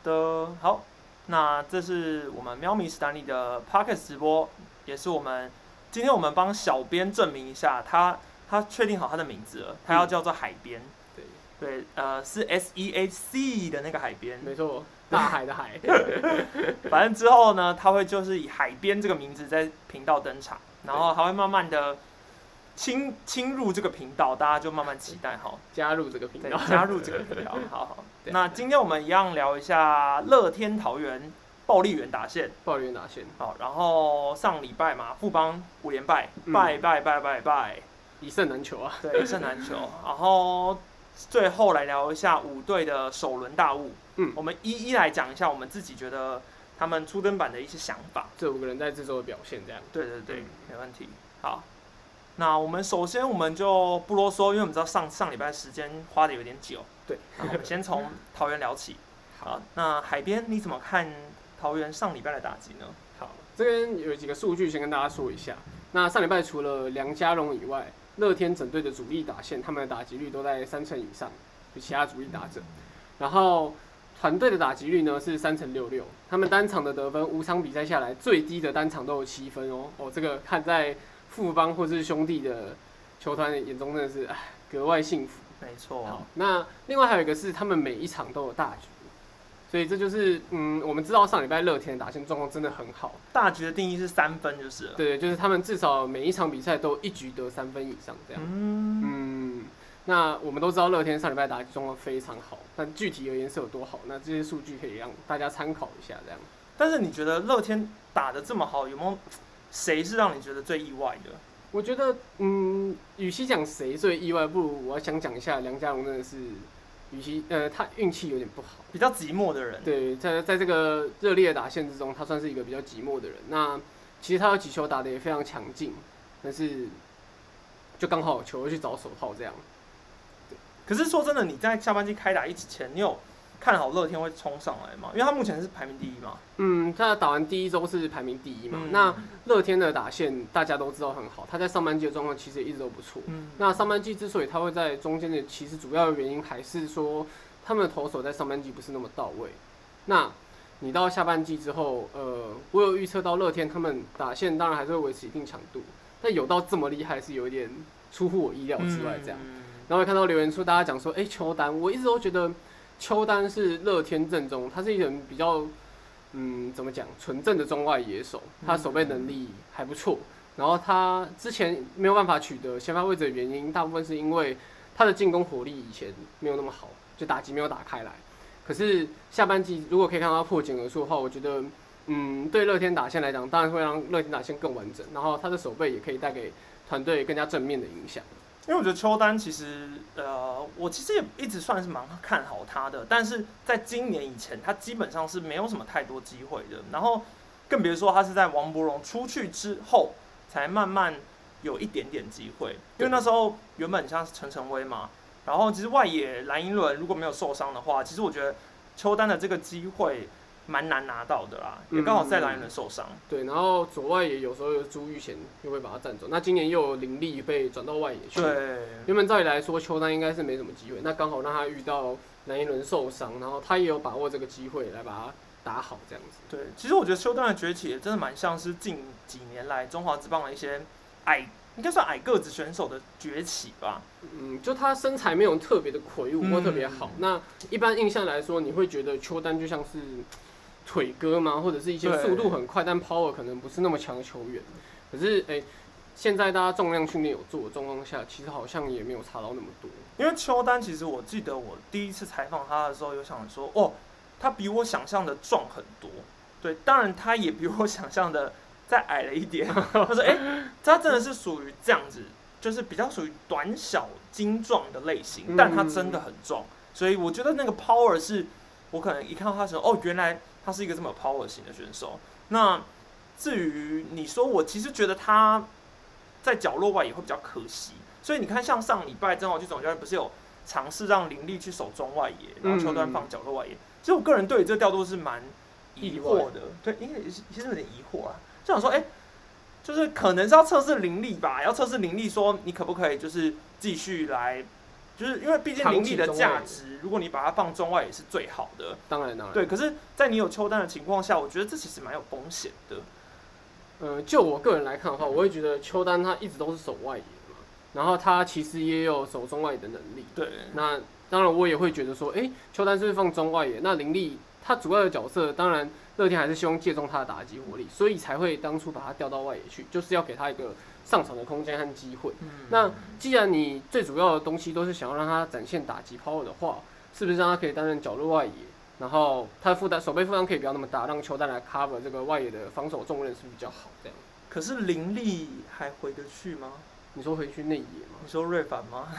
的，好，那这是我们喵咪史丹利的 Podcast 直播，也是今天我们帮小编证明一下，他确定好他的名字了，他要叫做海边。对，是 SEAC 的那个海边， 没错，大海的海。 反正之后呢，他会就是以海边这个名字在频道登场，然后还会慢慢的侵入这个频道，大家就慢慢期待好， 加入这个频道， 加入这个频道，好。那今天我们一样聊一下乐天桃园暴力员打线，好，然后上礼拜嘛，富邦5连败，败， 一胜难求啊， 对，一胜难求，然后。最后来聊一下5队的首轮大物，我们一一来讲一下我们自己觉得他们初登板的一些想法。 这5个人在这周的表现，这样。 对，没问题。好，那我们首先我们就不啰嗦，因为我们知道上礼拜时间花的有点久。 对， 我们先从桃园聊起。好，那海边你怎么看桃园上礼拜的打击呢？ 好，这边有几个数据先跟大家说一下。那上礼拜除了梁家荣以外，乐天整队的主力打线，他们的打击率都在3成以上，就其他主力打者。然后团队的打击率呢是3.66，他们单场的得分5场比赛下来最低的单场都有7分哦。这个看在富邦或是兄弟的球团眼中真的是格外幸福。 没错。 好，那另外还有一个是他们每一场都有大局。所以这就是我们知道上礼拜乐天的打线状况真的很好。 大局的定义是3分就是了。 对，就是他们至少每一场比赛都1局得3分以上这样。那我们都知道乐天上礼拜打击状况非常好，但具体而言是有多好，那这些数据可以让大家参考一下这样。 但是你觉得乐天打得这么好，有没有谁是让你觉得最意外的？ 我觉得与其讲谁最意外，不如我要想讲一下梁家荣真的是。他运气有点不好， 比较寂寞的人。 对，在这个热烈的打线之中，他算是一个比较寂寞的人。那其实他有几球打得也非常强劲，但是就刚好球会去找手套这样。 对。可是说真的，你在下半季开打之前，你有看好乐天会冲上来吗？因为他目前是排名第1嘛。 他打完第1周是排名第1嘛。那乐天的打线大家都知道很好，他在上半季的状况其实也一直都不错。那上半季之所以他会在中间的，其实主要的原因还是说他们的投手在上半季不是那么到位。那你到下半季之后，我有预测到乐天他们打线当然还是会维持一定强度，但有到这么厉害是有一点出乎我意料之外这样。然后看到留言处大家讲说，邱丹，我一直都觉得。邱丹是乐天阵中，他是一个比较，怎么讲，纯正的中外野手，他守备能力还不错。然后他之前没有办法取得先发位置的原因，大部分是因为他的进攻火力以前没有那么好，就打击没有打开来。可是下半季如果可以看到他破茧而出的话，我觉得，对乐天打线来讲，当然会让乐天打线更完整，然后他的守备也可以带给团队更加正面的影响。 因为我觉得邱丹其实，我其实也一直算是蛮看好他的，但是在今年以前，他基本上是没有什么太多机会的。然后更别说他是在王柏融出去之后，才慢慢有一点点机会。因为那时候原本像是陈威嘛，然后其实外野蓝寅伦如果没有受伤的话，其实我觉得邱丹的这个机会蛮难拿到的啦，也刚好在蓝寅伦受伤。 对，然后左外野有时候有朱玉贤又会把他占走，那今年又有林立被转到外野去。 对， 原本照理来说邱丹应该是没什么机会，那刚好让他遇到蓝寅伦受伤，然后他也有把握这个机会来把他打好这样子。 对，其实我觉得邱丹的崛起也真的蛮像是近几年来中华职棒的一些应该算矮个子选手的崛起吧。 就他身材没有特别的魁梧或特别好。那一般印象来说，你会觉得邱丹就像是腿哥吗？或者是一些速度很快但 power 可能不是那么强的球员。可是现在大家重量训练有做的状况下，其实好像也没有差到那么多。 因为邱丹其实我记得我第一次采访他的时候，有想说他比我想象的壮很多。对，当然他也比我想象的再矮了一点。他说他真的是属于这样子，就是比较属于短小精壮的类型，但他真的很壮。所以我觉得那个 power 是我可能一看到他的时候，原来他是一个这么 power 型的选手。那至于你说，我其实觉得他在角落外也会比较可惜。所以你看，像上礼拜曾豪基总教练不是有尝试让林立去守中外野，然后邱丹放角落外野。其实我个人对于这个调度是蛮疑惑的，对，因为其实有点疑惑啊，就想说，就是可能是要测试林立吧，要测试林立说你可不可以就是继续来就是因为毕竟林立的价值，如果你把它放中外也是最好的。 当然。 对，可是，在你有邱丹的情况下，我觉得这其实蛮有风险的。 就我个人来看的话，我会觉得邱丹他一直都是守外野嘛，然后他其实也有守中外野的能力。 对。 那当然，我也会觉得说，邱丹是不是放中外野？那林立他主要的角色，当然乐天还是希望借重他的打击火力，所以才会当初把他调到外野去，就是要给他一个上场的空间和机会。那既然你最主要的东西都是想要让他展现打击 power 的话，是不是让他可以担任角落外野？然后他的手背负担可以不要那么大，让邱丹来 cover 这个外野的防守重任是比较好这样。 可是林立还回得去吗？ 你说回去内野吗？ 你说瑞凡吗？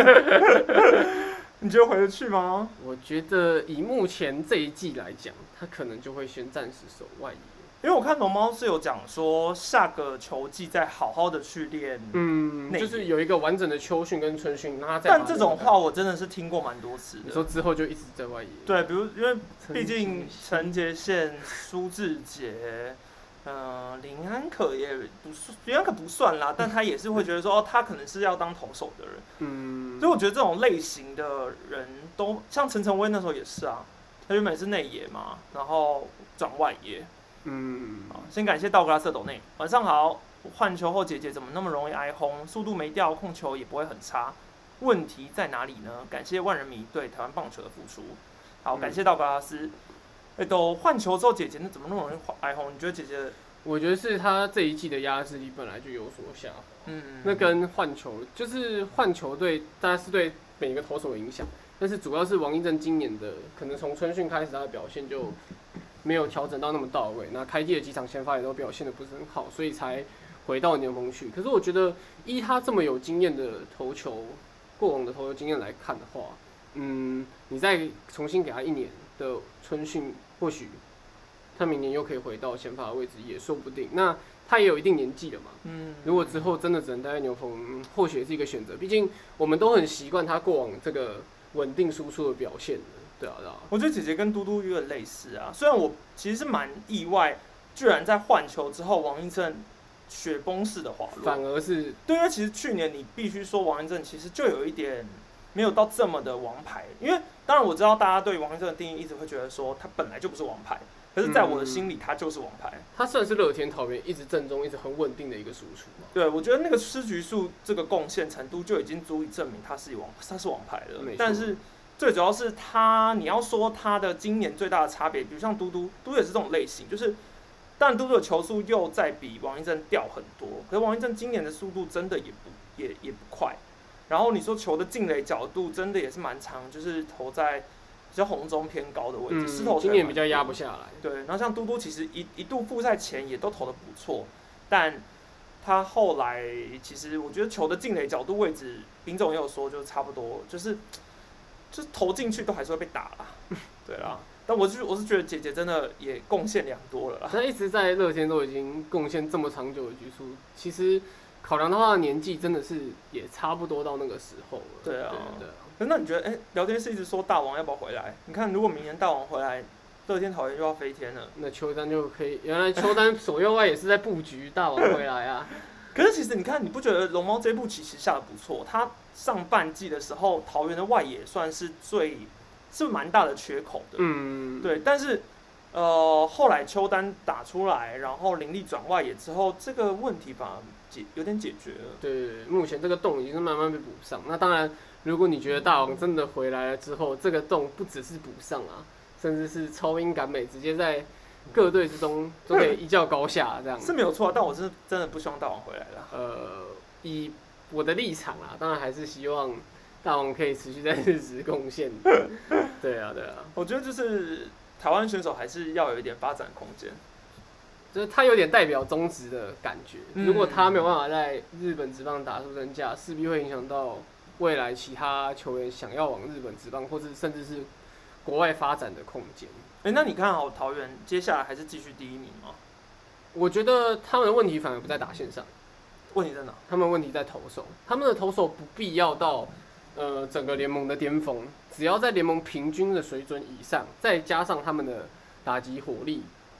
你觉得回得去吗？ 我觉得以目前这一季来讲，他可能就会先暂时守外野。 因为我看龙猫是有讲说，下个球季再好好的去练， 就是有一个完整的秋训跟春训，让他再。 但这种话我真的是听过蛮多次的。 你说之后就一直在外野？ 对，比如因为毕竟陈杰宪、苏智杰。林安可也不算，林安可不算啦，但他也是会觉得说，他可能是要当投手的人。所以我觉得这种类型的人都像陈晨威那时候也是啊，他原本是内野嘛，然后转外野。先感谢道格拉斯斗内，晚上好。换球后姐姐怎么那么容易挨轰？速度没掉，控球也不会很差，问题在哪里呢？感谢万人迷对台湾棒球的付出。好，感谢道格拉斯。都换球之后，姐姐那怎么那么容易挨轰？你觉得姐姐？ 我觉得是她这一季的压制力本来就有所下滑。那跟换球就是换球当然是对每个投手有影响，但是主要是王一正今年的可能从春训开始他的表现就没有调整到那么到位，那开季的几场先发也都表现得不是很好，所以才回到联盟去。可是我觉得依他这么有经验的投球，过往的投球经验来看的话，你再重新给他1年的春训，或许他明年又可以回到先发的位置，也说不定。那他也有一定年纪了嘛，如果之后真的只能待在牛棚，或许也是一个选择。毕竟我们都很习惯他过往这个稳定输出的表现的，对啊。 我觉得姐姐跟嘟嘟有点类似啊，虽然我其实是蛮意外，居然在换球之后，王一正雪崩式的滑落， 反而是对，因为其实去年你必须说王一正其实就有一点没有到这么的王牌，因为当然我知道大家对王一正的定义一直会觉得说他本来就不是王牌。可是，在我的心里，他就是王牌。 他算是乐天桃园一直正中、一直很稳定的一个输出嘛。 对，我觉得那个吃局数这个贡献程度就已经足以证明他是王牌了。但是最主要是你要说他的今年最大的差别，比如像嘟嘟也是这种类型，就是当然嘟嘟的球速又在比王一正掉很多，可是王一正今年的速度真的也不快。然后你说球的进垒角度真的也是蛮长，就是投在比较红中偏高的位置，失投今年比较压不下来。 对，然后像嘟嘟其实一度复赛前也都投得不错，但他后来其实我觉得球的进垒角度位置，林总也有说就差不多，就是投进去都还是会被打啦。对啦，但我是觉得姐姐真的也贡献良多了啦。 他一直在乐天都已经贡献这么长久的局数，其实考量到他的年纪，真的是也差不多到那个时候了。 对啊。那你觉得，聊天室一直说大王要不要回来？你看，如果明年大王回来，乐天桃园又要飞天了。 那邱丹就可以，原来邱丹左右外也是在布局大王回来啊。 可是其实你看，你不觉得龙猫这部其实下得不错？他上半季的时候，桃园的外野算是蛮大的缺口的。对。但是后来邱丹打出来，然后林立转外野之后，这个问题反而有点解决了。 对，目前这个洞已经是慢慢被补上。那当然。如果你觉得大王真的回来了之后，这个洞不只是补上啊，甚至是超英赶美，直接在各队之中都可以一较高下，这样是没有错。但我是真的不希望大王回来了。 以我的立场啊，当然还是希望大王可以持续在日职贡献。对啊。 我觉得就是台湾选手还是要有一点发展空间， 就是他有点代表中职的感觉。如果他没有办法在日本职棒打出身价，势必会影响到未来其他球员想要往日本职棒，或是甚至是国外发展的空间。 那你看好桃园接下来还是继续第1名吗？ 我觉得他们的问题反而不在打线上， 问题在哪？ 他们问题在投手，他们的投手不必要到整个联盟的巅峰，只要在联盟平均的水准以上，再加上他们的打击火力，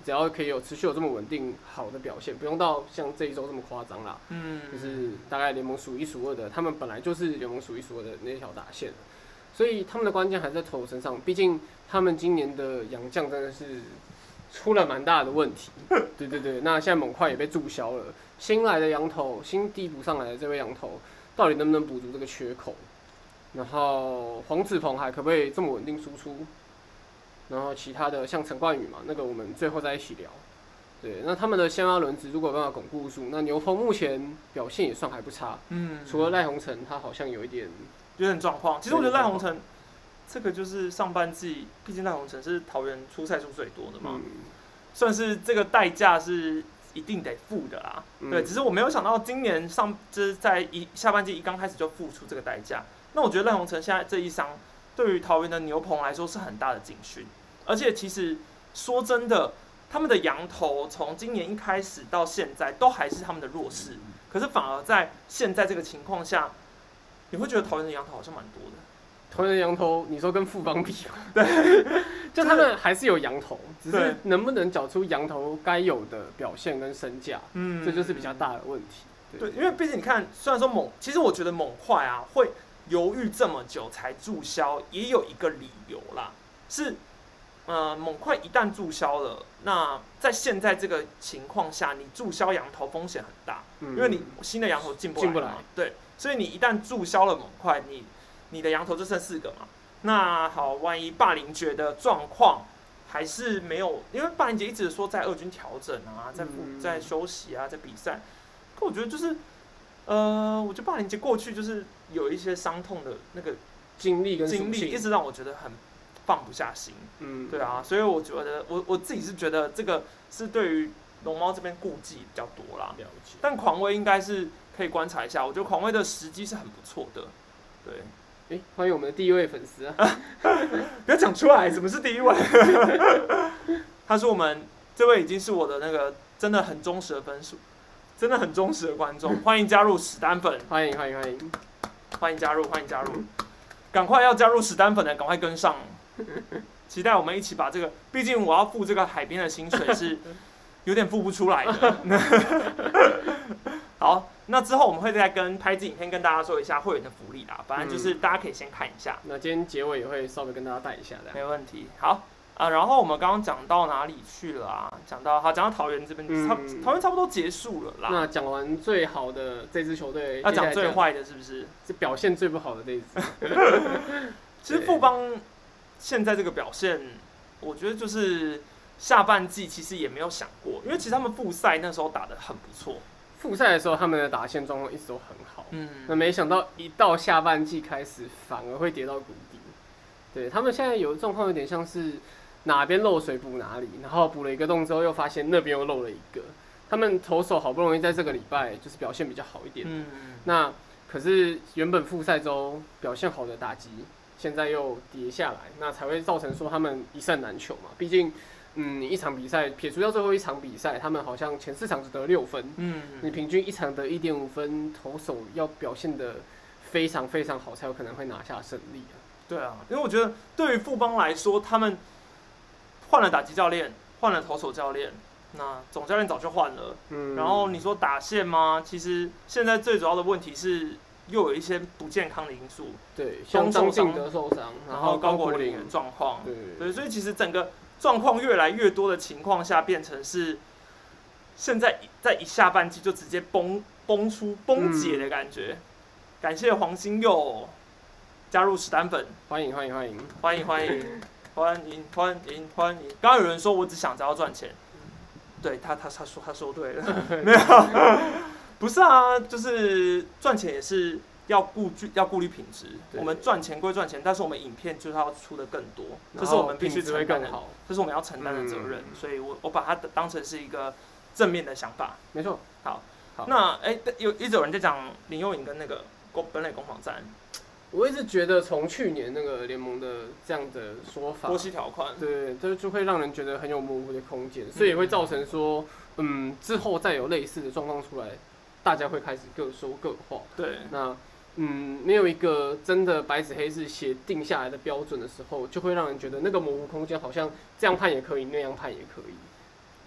只要可以持续有这么稳定好的表现，不用到像这一周这么夸张啦。就是大概联盟数一数二的，他们本来就是联盟数一数二的那条打线，所以他们的关键还是在投手身上。毕竟他们今年的洋将真的是出了蛮大的问题。对，那现在猛快也被注销了，新来的洋投，新递补上来的这位洋投，到底能不能补足这个缺口？然后黄子鹏还可不可以这么稳定输出？然后其他的像陈冠宇嘛，那个我们最后再一起聊。对，那他们的先发轮值如果有办法巩固住，那牛棚目前表现也算还不差。除了赖鸿成，他好像有点状况。其实我觉得赖鸿成这个就是上半季，毕竟赖鸿成是桃园出赛数最多的嘛，算是这个代价是一定得付的啦。对，只是我没有想到今年就是在下半季一刚开始就付出这个代价。那我觉得赖鸿成现在这一伤，对于桃园的牛棚来说是很大的警讯。而且其实说真的，他们的洋投从今年一开始到现在都还是他们的弱势，可是反而在现在这个情况下，你会觉得桃园的洋投好像蛮多的。 桃园的洋投，你说跟富邦比吗？对，就他们还是有洋投，只是能不能缴出洋投该有的表现跟身价，这就是比较大的问题。 对，因为毕竟你看，虽然说其实我觉得猛快啊会犹豫这么久才注销，也有一个理由啦，是。猛快一旦注销了，那在现在这个情况下，你注销洋投风险很大，因为你新的洋投进不来嘛。对，所以你一旦注销了猛快，你的洋投就剩4个嘛。那好，万一霸凌爵的状况还是没有，因为霸凌爵一直说在二军调整啊，在休息啊，在比赛。可我觉得就是，我觉得霸凌爵过去就是有一些伤痛的那个经历， 一直让我觉得很放不下心。对啊，所以我觉得我自己是觉得这个是对于龙猫这边顾忌比较多啦。 了解。 但狂威应该是可以观察一下，我觉得狂威的时机是很不错的。对， 欢迎我们的第一位粉丝啊！ 不要讲出来，怎么是第一位？他是我们这位已经是我的那个真的很忠实的分数，真的很忠实的观众，欢迎加入史丹粉， 欢迎加入，赶快要加入史丹粉的，赶快跟上。期待我们一起把这个，毕竟我要付这个海边的薪水是有点付不出来的。好，那之后我们会再拍支影片跟大家说一下会员的福利啦，反正就是大家可以先看一下。 那今天结尾也会稍微跟大家带一下的。 没问题。好然后我们刚刚讲到哪里去了啊？讲到桃园这边，桃园差不多结束了啦。 那讲完最好的这支球队， 要讲最坏的是不是？ 是表现最不好的这一支。 其实富邦现在这个表现，我觉得就是下半季其实也没有想过，因为其实他们复赛那时候打得很不错。 复赛的时候，他们的打线状况一直都很好。那没想到一到下半季开始，反而会跌到谷底。对，他们现在有状况有点像是哪边漏水补哪里，然后补了一个洞之后，又发现那边又漏了一个。他们投手好不容易在这个礼拜就是表现比较好一点。那可是原本复赛周表现好的打击，现在又跌下来，那才会造成说他们一胜难求嘛。毕竟，你一场比赛撇除掉最后一场比赛，他们好像前4场只得6分，你平均一场得1.5分，投手要表现得非常非常好，才有可能会拿下胜利啊。 对啊，因为我觉得对于富邦来说，他们换了打击教练，换了投手教练，那总教练早就换了，然后你说打线吗？其实现在最主要的问题是又有一些不健康的因素， 对，像张进德受伤， 然后高国林的状况，对，所以其实整个状况越来越多的情况下，变成是现在在一下半季就直接崩解的感觉。感谢黄兴佑加入史丹粉， 欢迎！ 刚刚有人说我只想着要赚钱，对他说对了，没有，不是啊，就是赚钱也是要顾虑品质。我们赚钱归赚钱，但是我们影片就是要出的更多，这是我们必须承担的，这是我们要承担的责任。所以我把它当成是一个正面的想法。 没错。 好，那一直有人在讲林佑颖跟那个本垒攻防战。 我一直觉得从去年那个联盟的这样的说法， 波西条款， 对，这就会让人觉得很有模糊的空间，所以也会造成说，之后再有类似的状况出来，大家会开始各说各话。 对， 那没有一个真的白纸黑字写定下来的标准的时候，就会让人觉得那个模糊空间好像这样判也可以，那样判也可以。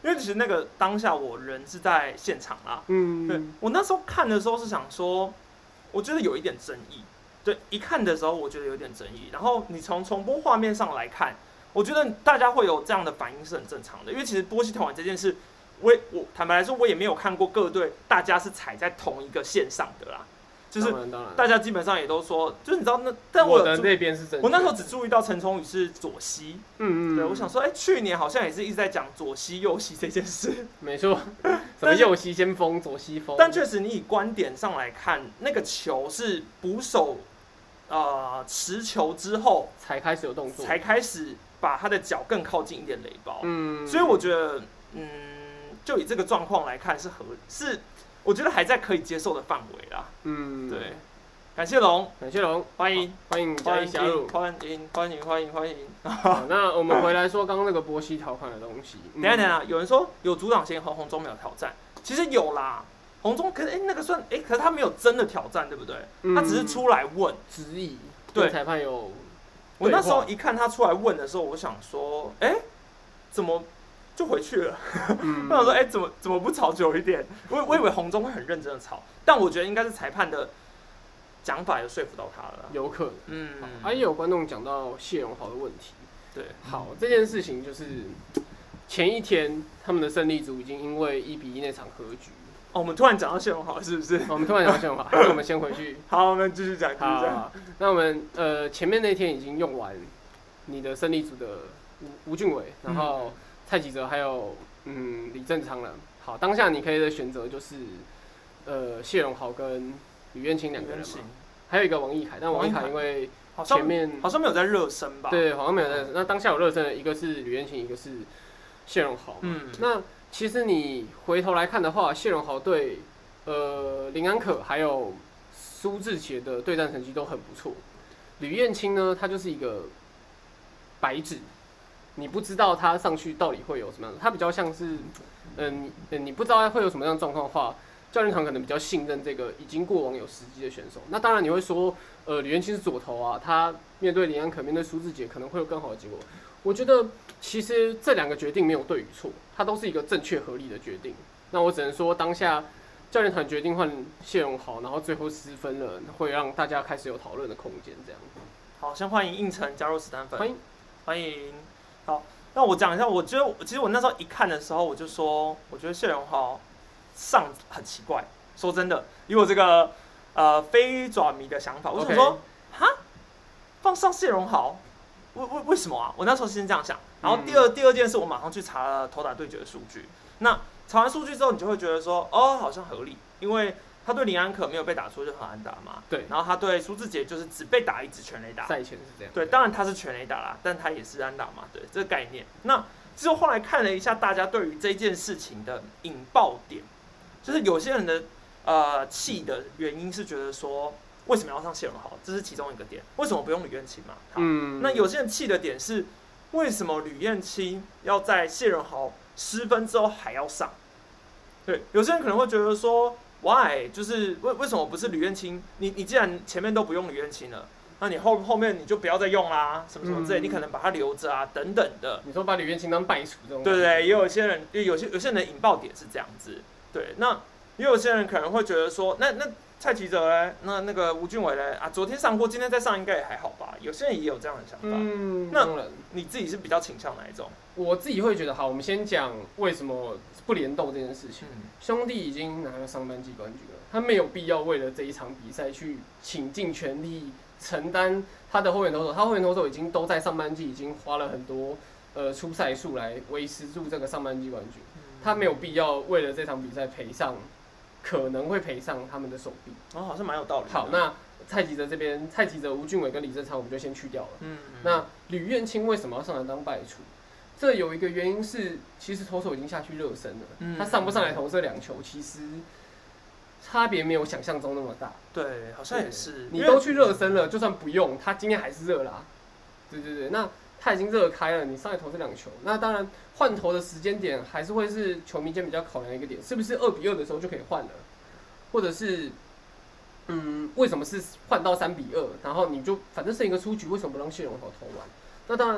因为其实那个当下我人是在现场啦，对我那时候看的时候是想说，我觉得有一点争议，对，一看的时候我觉得有点争议，然后你从重播画面上来看，我觉得大家会有这样的反应是很正常的，因为其实波西投篮这件事，我坦白来说，我也没有看过各队大家是踩在同一个线上的啦。就是大家基本上也都说，就是你知道那，但我的那边是真的。 我那时候只注意到陈崇宇是左膝，对，我想说，去年好像也是一直在讲左膝右膝这件事， 没错，什么右膝先锋，左膝锋。 但确实，你以观点上来看，那个球是捕手持球之后才开始有动作， 才开始把他的脚更靠近一点垒包，所以我觉得，就以这个状况来看是我觉得还在可以接受的范围啦。对，感谢龙，欢迎加入，欢迎。 那我们回来说刚刚那个波西条款的东西。 等一下，有人说有组长先和洪忠没有挑战，其实有啦。洪忠可是那个算可是他没有真的挑战，对不对？他只是出来问质疑， 对裁判有。 我那时候一看他出来问的时候，我想说，怎么？就回去了，我想说，怎么不吵久一点？我以为洪忠会很认真的吵，但我觉得应该是裁判的讲法有说服到他了。 有可能，也有观众讲到谢荣豪的问题。 对， 好，这件事情就是前一天他们的胜利组已经因为1-1那场和局。 我们突然讲到谢荣豪是不是？ 我们突然讲到谢荣豪，还是我们先回去？ 好，我们继续讲。好， 那我们前面那天已经用完你的胜利组的吴俊伟，然后。蔡启哲还有李正昌了。好，当下你可以的选择就是谢荣豪跟吕彦青2个人嘛，还有一个王义凯，但王义凯因为前面好像没有在热身吧？ 对，好像没有在。那当下有热身的一个是吕彦青，一个是谢荣豪。那其实你回头来看的话，谢荣豪对林安可还有苏志杰的对战成绩都很不错。吕彦青呢，他就是一个白纸。你不知道他上去到底会有什么样的，他比较像是，你不知道会有什么样的状况的话，教练团可能比较信任这个已经过往有时机的选手。那当然你会说，吕彦青是左投啊，他面对林安可、面对苏志杰可能会有更好的结果。我觉得其实这2个决定没有对与错，它都是一个正确合理的决定。那我只能说，当下教练团决定换谢荣豪，然后最后失分了，会让大家开始有讨论的空间。这样。 好，先欢迎应成加入史丹粉，欢迎。好，那我讲一下，我觉得其实我那时候一看的时候，我就说，我觉得谢荣豪上很奇怪。说真的，以我这个非爪迷的想法，我想说，放上谢荣豪，为什么啊？我那时候先这样想。然后第二件事，我马上去查了投打对决的数据。那查完数据之后，你就会觉得说，好像合理，因为他对林安可没有被打出任何安打嘛， 对。 然后他对苏志杰就是只被打一支全垒打， 赛前是这样。 对，当然他是全垒打啦，但他也是安打嘛，对，这个概念。那之后后来看了一下大家对于这件事情的引爆点，就是有些人的气的原因是觉得说，为什么要上谢荣豪？这是其中一个点。为什么不用吕彦青嘛？那有些人气的点是，为什么吕彦青要在谢荣豪失分之后还要上？对，有些人可能会觉得说。Why？ 就是为什么不是吕彦青？你既然前面都不用吕彦青了，那你后面你就不要再用啦，什么之类，你可能把它留着啊，等等的。 你说把吕彦青当败处这种？ 对，也有些人，有些人的引爆点是这样子。对，那也有些人可能会觉得说，那蔡启哲嘞，那个吴俊伟嘞昨天上过，今天再上应该也还好吧？有些人也有这样的想法。那你自己是比较倾向哪一种？ 我自己会觉得，好，我们先讲为什么不联动这件事情。兄弟已经拿了上半季冠军了，他没有必要为了这一场比赛去倾尽全力承担他的后援投手。他后援投手已经都在上半季已经花了很多出赛数来维持住这个上半季冠军，他没有必要为了这场比赛可能会赔上他们的手臂。 好像蛮有道理。 好，那蔡启哲这边，蔡启哲、吴俊伟跟李正昌我们就先去掉了。那吕彦青为什么要上来当败处？这有一个原因是，其实投手已经下去热身了，他上不上来投这2球，其实差别没有想象中那么大。 对，好像也是。 你都去热身了，就算不用，他今天还是热啦。对，那他已经热开了，你上来投这2球，那当然换投的时间点还是会是球迷间比较考量的一个点，是不是2-2的时候就可以换了，或者是为什么是换到3-2，然后你就反正剩一个出局，为什么不让谢荣豪投完？那当然。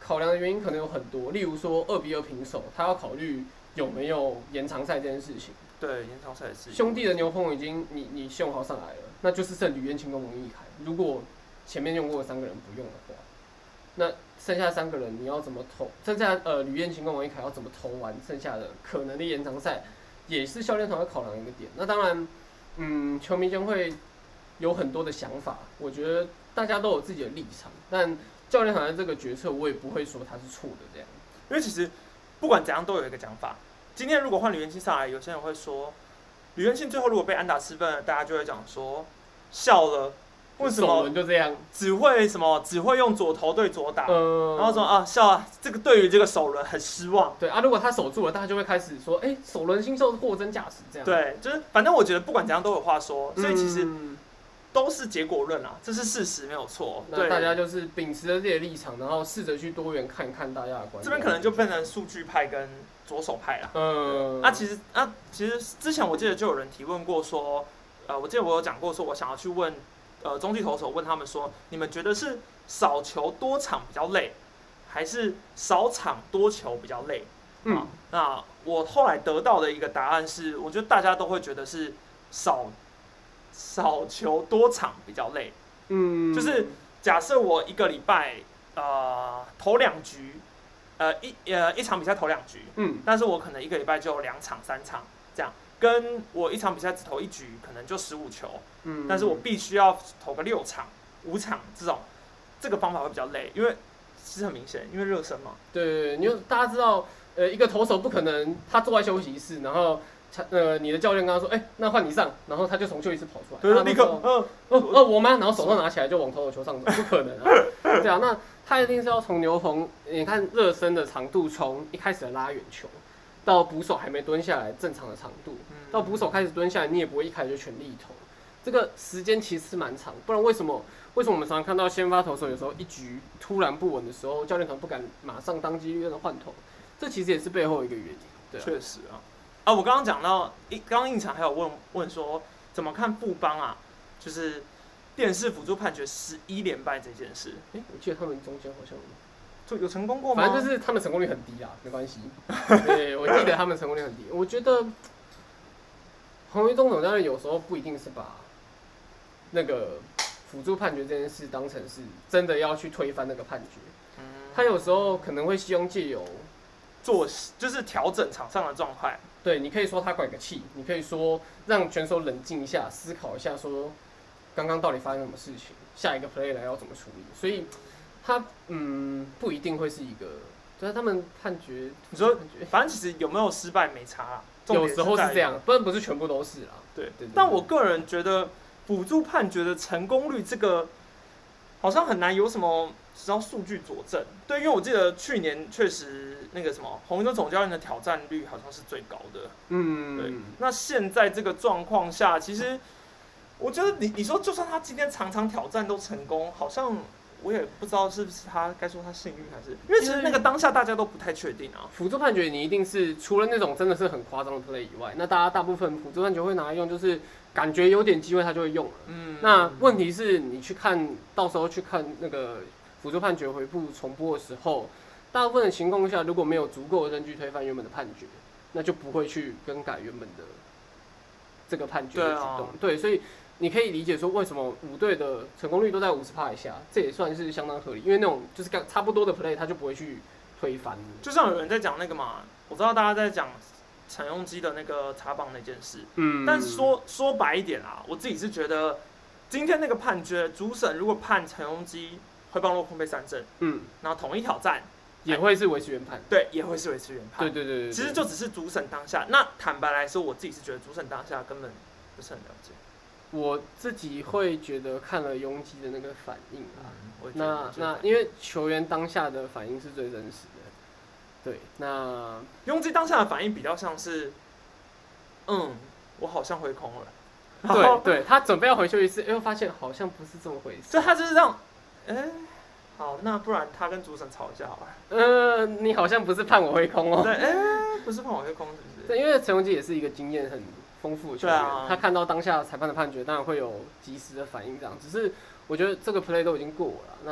考量的原因可能有很多，例如说2-2平手，他要考虑有没有延长赛这件事情。 对，延长赛是。 兄弟的牛棚已经你秀豪上来了，那就是剩吕彦青跟王奕凯。如果前面用过的3个人不用的话，那剩下3个人你要怎么投？剩下吕彦青跟王奕凯要怎么投完剩下的可能的延长赛，也是教练团会考量一个点。那当然，球迷将会有很多的想法，我觉得大家都有自己的立场，但教练团的这个决策，我也不会说他是错的这样。 因为其实不管怎样都有一个讲法。今天如果换吕彦青上来，有些人会说，吕彦青最后如果被安打失分了，大家就会讲说笑了。为什么就这样？ 只会用左投对左打，然后说啊笑啊，这个对于这个首轮很失望。 对啊，如果他守住了，大家就会开始说，首轮新秀货真价实这样。 对，就是反正我觉得不管怎样都有话说，所以其实都是结果论啊，这是事实没有错。 那大家就是秉持着自己的立场，然后试着去多元看看大家的观点。 这边可能就变成数据派跟左手派啦。其实之前我记得就有人提问过说，我记得我有讲过说，我想要去问。中继投手问他们说：“你们觉得是少球多场比较累，还是少场多球比较累？”那我后来得到的一个答案是，我觉得大家都会觉得是少球多场比较累。就是假设我一个礼拜投2局，一场比赛投2局，但是我可能一个礼拜就有2场3场这样。跟我一场比赛只投1局，可能就15球，但是我必须要投个6场、5场这个方法会比较累，因为其实很明显，因为热身嘛。 对，大家知道，一个投手不可能他坐在休息室，然后你的教练跟他说，那换你上，然后他就从休息室跑出来， 对，立刻， 我吗？然后手上拿起来就往投手球上走，不可能啊。对啊，那他一定是要从牛棚，你看热身的长度，从一开始的拉远球。到捕手还没蹲下来，正常的长度，到捕手开始蹲下来，你也不会一开始就全力投，这个时间其实是蛮长。不然为什么我们常常看到先发投手有时候一局突然不稳的时候，教练团不敢马上当机立断的换投？这其实也是背后一个原因。对， 确实啊。我刚刚讲到，刚刚印象还有问说怎么看富邦啊，就是电视辅助判决11连败这件事。 我记得他们中间好像。 有成功过吗？ 反正就是他们成功率很低啦，没关系。对，我记得他们成功率很低。我觉得洪一中总教练有时候不一定是把那个辅助判决这件事当成是真的要去推翻那个判决。他有时候可能会希望借由就是调整场上的状态。 对，你可以说他拐个气，你可以说让选手冷静一下，思考一下，说刚刚到底发生什么事情，下一个 play 来要怎么处理。所以。他不一定会是一个，就是他们判决。 你说，反正其实有没有失败没差啦， 有时候是这样，不是全部都是啦。 对，但我个人觉得辅助判决的成功率这个好像很难有什么只要数据佐证。对，因为我记得去年确实那个什么洪一中总教练的挑战率好像是最高的。对。那现在这个状况下，其实我觉得你说，就算他今天场场挑战都成功，好像。我也不知道是不是他该说他幸运还是，因为其实那个当下大家都不太确定啊。 辅助判决你一定是除了那种真的是很夸张的 play 以外，那大部分辅助判决会拿来用，就是感觉有点机会他就会用了。那问题是你去看到时候去看那个辅助判决回复重播的时候，大部分的情况下如果没有足够的证据推翻原本的判决，那就不会去更改原本的这个判决的举动。对，所以。你可以理解说为什么5队的成功率都在50%以下，这也算是相当合理，因为那种就是差不多的 play 他就不会去推翻。 就像有人在讲那个嘛，我知道大家在讲陈庸基的那个插棒那件事，但说白一点啦，我自己是觉得今天那个判决，主审如果判陈庸基挥棒落空被3振，然后统一挑战也会是维持原判， 对，也会是维持原判， 对， 其实就只是主审当下。那坦白来说，我自己是觉得主审当下根本不是很了解。 我自己会觉得看了拥挤的那个反应啦，那因为球员当下的反应是最真实的，对，那拥挤当下的反应比较像是，我好像挥空了，对，他准备要回休息室，又发现好像不是这么回事， 所以他就是这样，好，那不然他跟主审吵一下好了。 你好像不是判我挥空哦， 对，不是判我挥空，是不是？ 对，因为陈永基也是一个经验很丰富的球员，他看到当下裁判的判决，当然会有及时的反应，这样。只是我觉得这个 play 都已经过了，那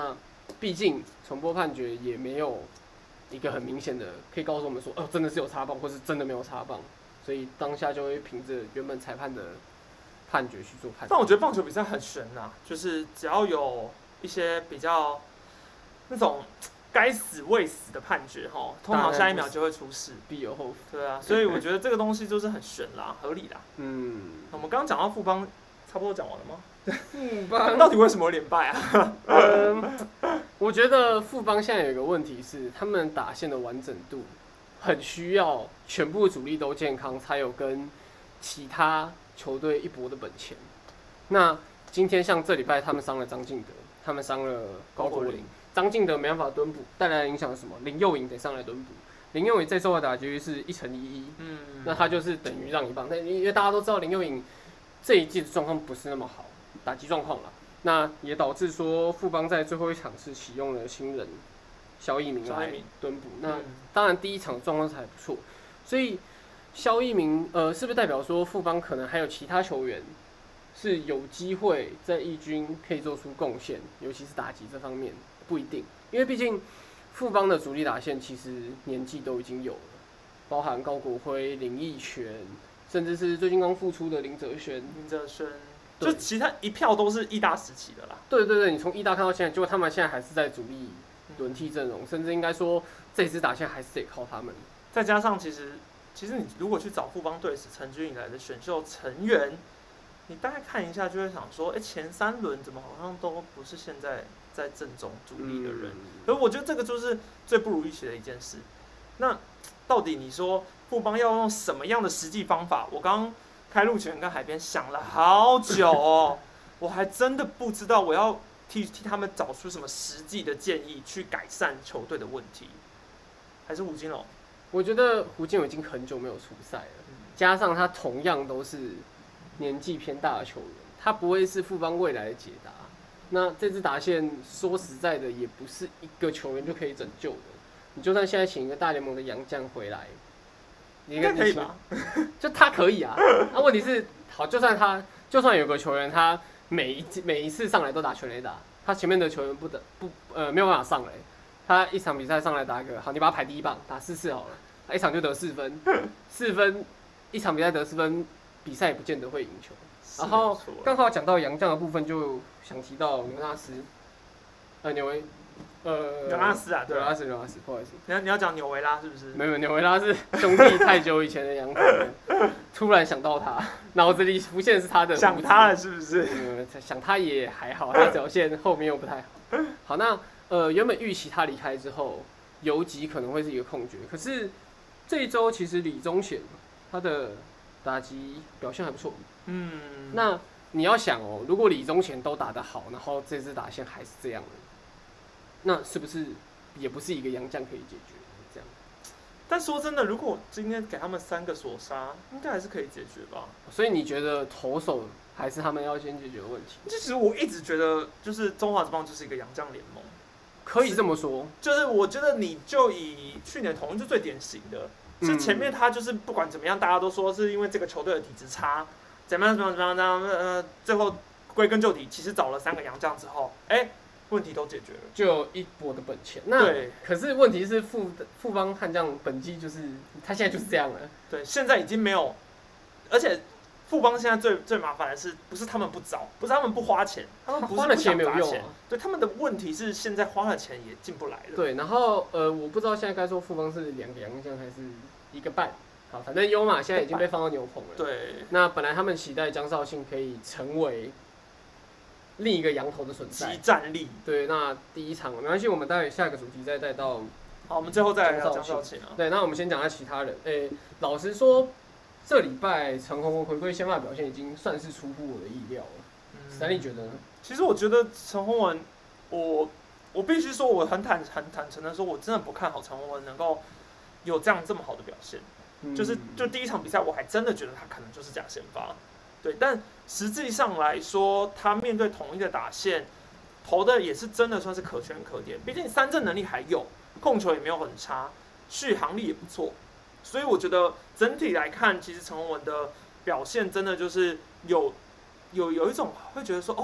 毕竟重播判决也没有一个很明显的可以告诉我们说，真的是有插棒，或是真的没有插棒，所以当下就会凭着原本裁判的判决去做判决。 但我觉得棒球比赛很悬呐，就是只要有一些比较那种该死未死的判决哈，通常下一秒就会出事， 必有后福。 对啊，所以我觉得这个东西就是很悬啦，合理啦。我们刚刚讲到富邦，差不多讲完了吗？ 富邦到底为什么连败啊？ 我觉得富邦现在有一个问题是，他们打线的完整度很需要全部主力都健康，才有跟其他球队一搏的本钱。那今天像这礼拜他们伤了张进德，他们伤了高国林，张进德没办法蹲补，带来的影响是什么？林佑颖得上来蹲补。林佑颖这周的打击率是1成11，那他就是等于让一棒。但因为大家都知道林佑颖这一季的状况不是那么好，打击状况啦，那也导致说富邦在最后一场是启用了新人萧一鸣来蹲补。那当然第一场状况还不错，所以萧一鸣是不是代表说富邦可能还有其他球员是有机会在一军可以做出贡献，尤其是打击这方面不一定，因为毕竟富邦的主力打线其实年纪都已经有了，包含高国辉、林奕泉，甚至是最近刚复出的林哲轩。 就其他一票都是义大时期的啦。 对，你从义大看到现在，结果他们现在还是在主力轮替阵容，甚至应该说这支打线还是得靠他们。 再加上其实你如果去找富邦队史成军以来的选秀成员，你大概看一下就会想说，前3轮怎么好像都不是现在在阵中主力的人，所以我觉得这个就是最不如预期的一件事。那到底你说富邦要用什么样的实际方法？我刚开路前跟海边想了好久哦，我还真的不知道我要替他们找出什么实际的建议去改善球队的问题。还是胡金龙？ 我觉得胡金龙已经很久没有出赛了，加上他同样都是年纪偏大的球员，他不会是富邦未来的解答。那这支打线说实在的，也不是一个球员就可以拯救的。你就算现在请一个大联盟的洋将回来， 应该可以吧？ 就他可以啊。那问题是，好，就算有个球员他每一次上来都打全垒打，他前面的球员没有办法上来，他一场比赛上来打一个好，你把他排第一棒打4-4好了，他一场就得4分，4分一场比赛得4分，比赛也不见得会赢球。然后刚好讲到洋将的部分，就想提到牛纳斯，纽拉斯啊， 对，纽拉斯，不好意思。 你要讲纽维拉是不是？ 没有，纽维拉是兄弟太久以前的洋头，突然想到他，脑子里浮现的是他的。 想他了是不是？ 想他也还好，他表现后面又不太好。好，那原本预期他离开之后，游击可能会是一个空缺，可是这一周其实李宗贤他的打击表现还不错。那你要想哦，如果李宗贤都打得好，然后这支打线还是这样的，那是不是也不是一个洋将可以解决这样？ 但说真的，如果今天给他们3个锁杀，应该还是可以解决吧。 所以你觉得投手还是他们要先解决问题？ 其实我一直觉得，就是中华职棒就是一个洋将联盟， 可以这么说。 就是我觉得你就以去年统一就最典型的，是前面他就是不管怎么样，大家都说是因为这个球队的体质差，怎么样，最后归根究底，其实找了3个洋将之后，问题都解决了， 就有一波的本钱。那可是问题是富邦悍将本季就是他现在就是这样了。 对，现在已经没有，而且富邦现在最麻烦的是，不是他们不找，不是他们不花钱，他们不是不想砸钱，对，他们的问题是现在花了钱也进不来了。 对，然后我不知道现在该说富邦是2个洋将还是1个半。好，反正优马现在已经被放到牛棚了。 对， 那本来他们期待江少庆可以成为另一个洋投的存在， 集战力。 对，那第一场没关系，我们待会下一个主题再带到。 好，我们最后再来聊江少庆啊。 对，那我们先讲下其他人。老实说，这礼拜陈鸿文回归先发表现已经算是出乎我的意料了。史丹利觉得呢？ 其实我觉得陈鸿文，我必须说，我很坦诚的说，我真的不看好陈鸿文能够有这么好的表现。就第一场比赛，我还真的觉得他可能就是假先发。对，但实际上来说，他面对统一的打线，投的也是真的算是可圈可点。毕竟3振能力还有，控球也没有很差，续航力也不错。所以我觉得整体来看，其实陈鸿文的表现真的就是有一种会觉得说，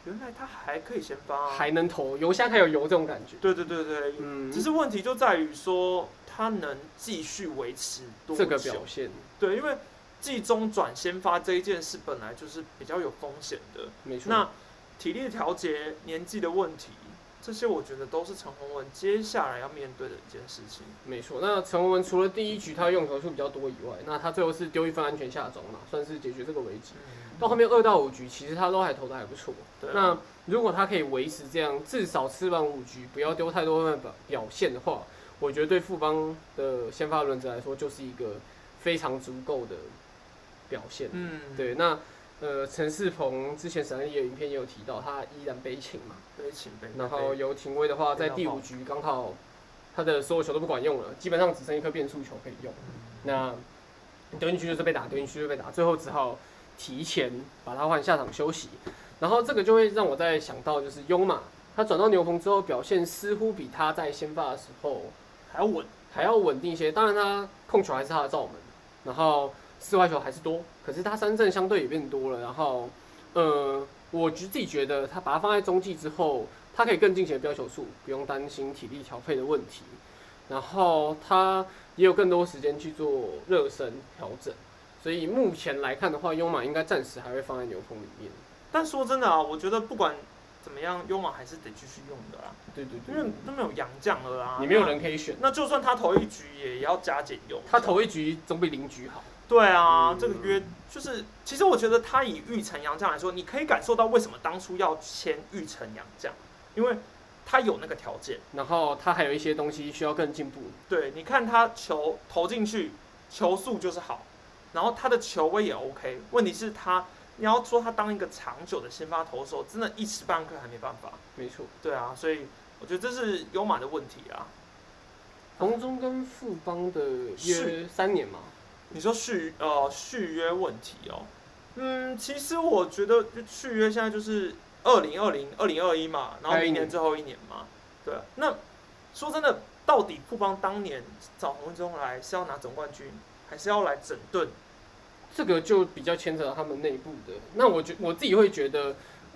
原来他还可以先发、啊， 还能投，油箱还有油这种感觉。 对对对对，只是问题就在于说他能继续维持多久这个表现。 对，因为季中转先发这一件事本来就是比较有风险的， 没错。 那体力的调节、年纪的问题，这些我觉得都是陈宏文接下来要面对的一件事情。 没错，那陈宏文除了第一局他用球数比较多以外，那他最后是丢1分安全下中嘛，算是解决这个危机。到后面2到5局，其实他都还投得还不错。那如果他可以维持这样，至少吃完5局，不要丢太多分表现的话，我觉得对富邦的先发轮值来说，就是一个非常足够的表现。对，那陈世鹏之前沈安利的影片也有提到，他依然悲情嘛，然后有廷威的话，在第5局刚好他的所有球都不管用了，基本上只剩一颗变速球可以用。那丢进去就是被打，丢进去就被打，最后只好提前把他换下场休息。然后这个就会让我再想到，就是优马他转到牛棚之后，表现似乎比他在先发的时候还要稳定一些。当然他控球还是他的罩门，然后四坏球还是多，可是他三振相对也变多了。然后我自己觉得他把它放在中继之后，他可以更进行标球数，不用担心体力调配的问题。然后他也有更多时间去做热身调整。所以目前来看的话，优马应该暂时还会放在牛棚里面。 但说真的啊，我觉得不管怎么样，优马还是得继续用的啦。 对， 因为都没有洋将了啦， 你没有人可以选。 那就算他投1局，也要加减用。 他投1局总比0局好。 对啊，这个约就是，其实我觉得他以玉成洋将来说，你可以感受到为什么当初要签玉成洋将，因为他有那个条件， 然后他还有一些东西需要更进步。 对，你看他球投进去，球速就是好。然后他的球威也 OK， 问题是你要说他当一个长久的先发投手，真的一时半刻还没办法。 没错， 对啊，所以我觉得这是优马的问题啊。 洪忠跟富邦的约3年嘛？ 你说续约问题哦？其实我觉得续约现在就是2020、2021嘛，然后明年最后1年嘛。对啊，那说真的，到底富邦当年找洪忠来是要拿总冠军？还是要来整顿， 这个就比较牵扯到他们内部的。那我自己会觉得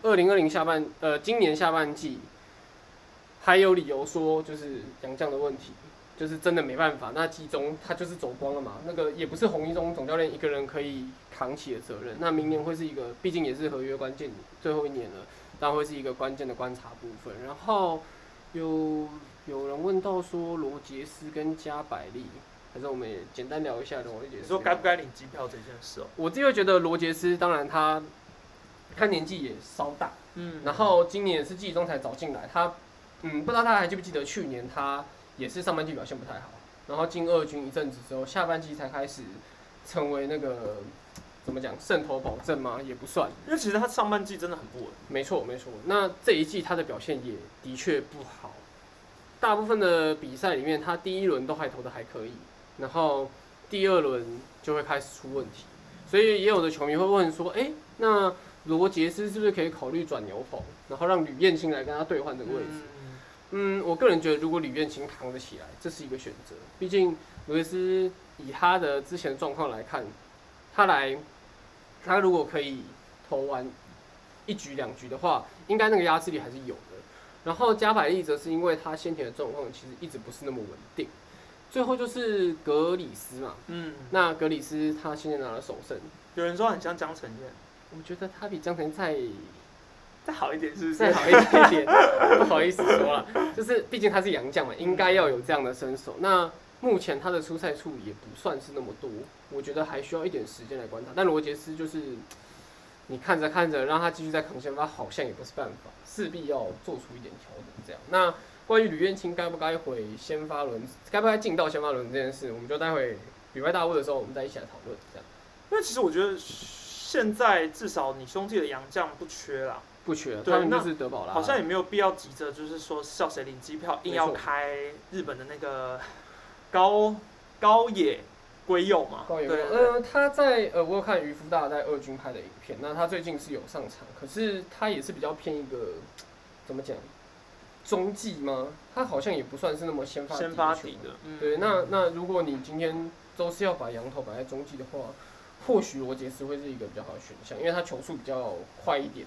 ，2020今年下半季还有理由说就是洋将的问题，就是真的没办法。那季中他就是走光了嘛，那个也不是洪一中总教练一个人可以扛起的责任。那明年会是一个，毕竟也是合约关键最后1年了，当然会是一个关键的观察部分。然后有人问到说罗杰斯跟加百利。还是我们也简单聊一下罗杰斯。 你说该不该领机票这件事哦？ 我自己会觉得罗杰斯，当然他年纪也稍大，然后今年也是季中才找进来，他不知道大家还记不记得去年他也是上半季表现不太好，然后进2军一阵子之后，下半季才开始成为那个怎么讲胜投保证吗？也不算， 因为其实他上半季真的很不稳。 没错，那这一季他的表现也的确不好，大部分的比赛里面他第1轮都还投得还可以。然后第2轮就会开始出问题，所以也有的球迷会问说，那罗杰斯是不是可以考虑转牛棚，然后让吕彦青来跟他兑换这个位置？我个人觉得如果吕彦青扛得起来，这是一个选择。毕竟罗杰斯以他的之前的状况来看，他如果可以投完1局2局的话，应该那个压制力还是有的。然后加百利则是因为他先前的状况其实一直不是那么稳定。最后就是格里斯嘛，那格里斯他现在拿了首胜， 有人说很像江承彦， 我觉得他比江承彦再好一点，是不是？ 再好一点，不好意思说了，就是毕竟他是洋将嘛，应该要有这样的身手。那目前他的出赛数也不算是那么多，我觉得还需要一点时间来观察。但罗杰斯就是你看着看着，让他继续在扛先发，好像也不是办法，势必要做出一点调整。这样，那关于吕彦青该不该回先发轮，该不该进到先发轮这件事，我们就待会比外大物的时候，我们再一起来讨论。这样， 因为其实我觉得现在至少你兄弟的洋将不缺啦， 不缺，他们就是德保拉， 好像也没有必要急着就是说叫谁领机票，硬要开日本的那个高野归佑嘛。 对，他在我有看渔夫大在2军拍的影片，那他最近是有上场，可是他也是比较偏一个怎么讲？中继吗？他好像也不算是那么先发底的。对，那如果你今天都是要把羊头摆在中继的话，或许罗杰斯会是一个比较好的选项，因为他球速比较快一点。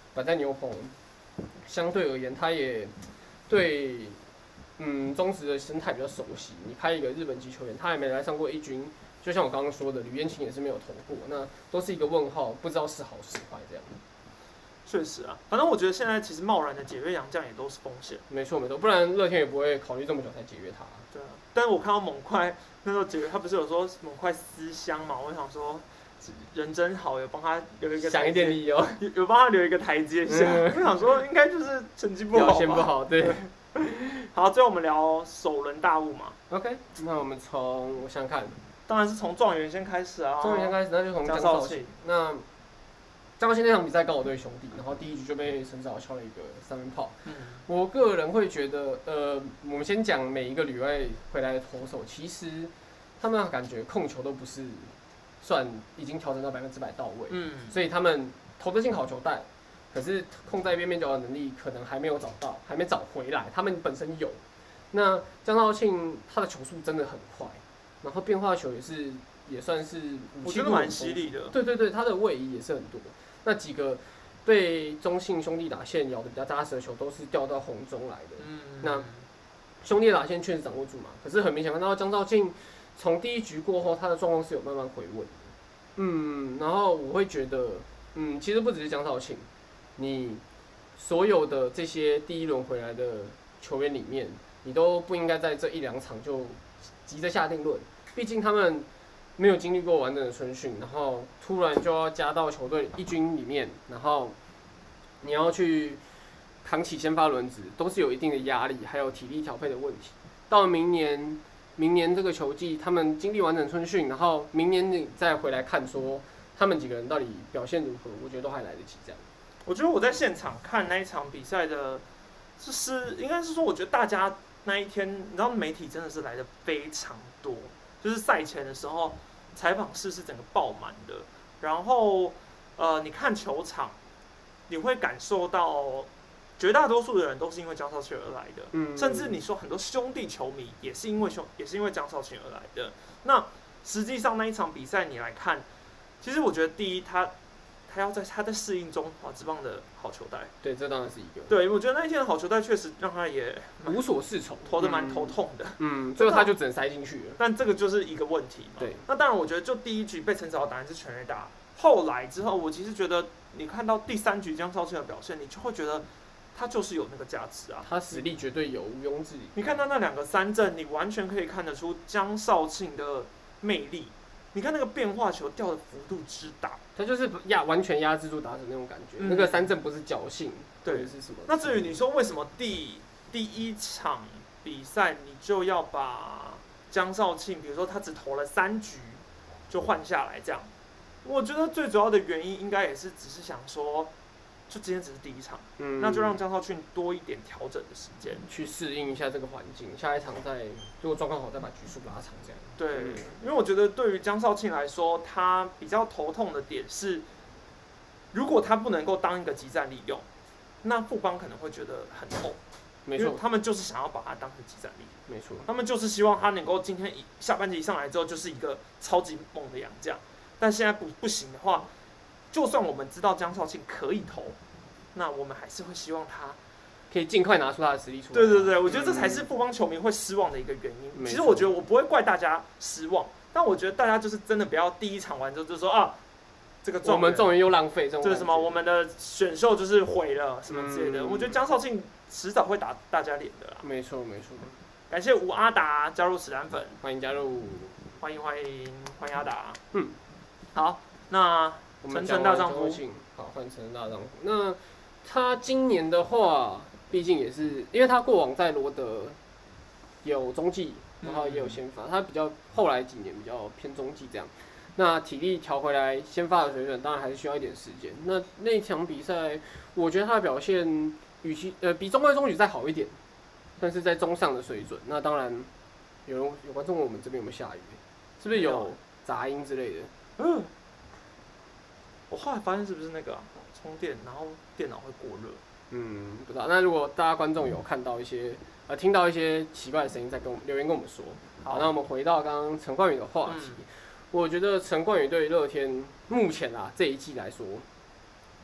摆在牛棚，相对而言，他也对中职的生态比较熟悉。你开一个日本籍球员，他也没来上过一军，就像我刚刚说的，吕彦青也是没有投过，那都是一个问号，不知道是好是坏这样。 确实啊，反正我觉得现在其实贸然的解约洋将也都是风险。 没错，不然乐天也不会考虑这么久才解约他。 对啊，但是我看到猛快那时候解约，他不是有说猛快思乡嘛？我想说，人真好，有帮他留一个想一点理由， 有帮他留一个台阶下。我想说，应该就是成绩不好吧， 表现不好，对。 好，最后我们聊首轮大物嘛。 OK， 那我们我想想看， 当然是从状元先开始啊。 状元先开始，那就从江少庆。那江少庆那场比赛刚好对兄弟，然后第一局就被陈子豪敲了一个3分炮。我个人会觉得，我们先讲每一个旅外回来的投手，其实他们感觉控球都不是算已经调整到100%到位，所以他们投得进好球带，可是控在边角的能力可能还没有找到，还没找回来。他们本身有，那江少庆他的球速真的很快，然后变化球也算是我觉得蛮犀利的。 对，他的位移也是很多。那几个被中信兄弟打线咬的比较扎实的球，都是掉到红中来的。那兄弟打线确实掌握住嘛，可是很明显看到江少庆从第一局过后，他的状况是有慢慢回稳的。然后我会觉得，其实不只是江少庆，你所有的这些第一轮回来的球员里面，你都不应该在这1-2场就急着下定论，毕竟他们没有经历过完整的春训，然后突然就要加到球队一军里面，然后你要去扛起先发轮值，都是有一定的压力，还有体力调配的问题。到明年这个球季，他们经历完整春训，然后明年你再回来看说他们几个人到底表现如何，我觉得都还来得及这样。 我觉得我在现场看那一场比赛的，应该是说，我觉得大家那一天，你知道媒体真的是来的非常多，就是赛前的时候。采访室是整个爆满的，然后你看球场，你会感受到绝大多数的人都是因为江少庆而来的，甚至你说很多兄弟球迷也是因为江少庆而来的。那实际上那一场比赛你来看，其实我觉得第一他要在适应中华职棒的好球带， 对，这当然是一个。 对，我觉得那一天的好球带确实让他也无所适从， 投的蛮头痛的。 最后他就只能塞进去了。 但这个就是一个问题嘛。 对。 那当然，我觉得就第一局被陈子豪打是全垒打，后来之后，我其实觉得你看到第3局江少庆的表现，你就会觉得他就是有那个价值啊。 他实力绝对有，毋庸置疑。 你看他那2个3振，你完全可以看得出江少庆的魅力。你看那个变化球掉的幅度之大， 他就是完全压制住打者那种感觉。那个3振不是侥幸，对，是什么？ 那至于你说为什么第1场比赛你就要把江少庆，比如说他只投了3局就换下来这样，我觉得最主要的原因应该也是只是想说，就今天只是第1场，那就让江少庆多一点调整的时间， 去适应一下这个环境，下一场如果状况好再把局数拉长这样。 对，因为我觉得对于江少庆来说，他比较头痛的点是，如果他不能够当一个集战力用，那富邦可能会觉得很痛。 没错， 他们就是想要把它当成集战力。 没错， 他们就是希望他能够今天下半季一上来之后就是一个超级猛的洋将，但现在不行的话，就算我们知道江少庆可以投，那我们还是会希望他可以尽快拿出他的实力出来。 对，我觉得这才是富邦球迷会失望的一个原因。其实我觉得我不会怪大家失望，但我觉得大家就是真的不要第1场完之后就说啊，这个我们状元又浪费这种， 就是什么我们的选秀就是毁了什么之类的。我觉得江少庆迟早会打大家脸的啦。 没错。 感谢吴阿达加入史丹粉， 欢迎加入， 欢迎阿达。好，那陈晨大丈夫， 好，换陈晨大丈夫。那他今年的话，毕竟也是，因为他过往在罗德有中继，然后也有先发，他比较后来几年比较偏中继这样。那体力调回来，先发的水准当然还是需要一点时间。那场比赛，我觉得他的表现比中规中矩再好一点，但是在中上的水准。那当然，有观众问我们这边有没有下雨，是不是有杂音之类的？ 我后来发现是不是那个充电，然后电脑会过热？ 不知道。那如果大家观众有看到一些听到一些奇怪的声音，再留言跟我们说。好，那我们回到刚刚陈冠宇的话题。我觉得陈冠宇对乐天目前这一季来说，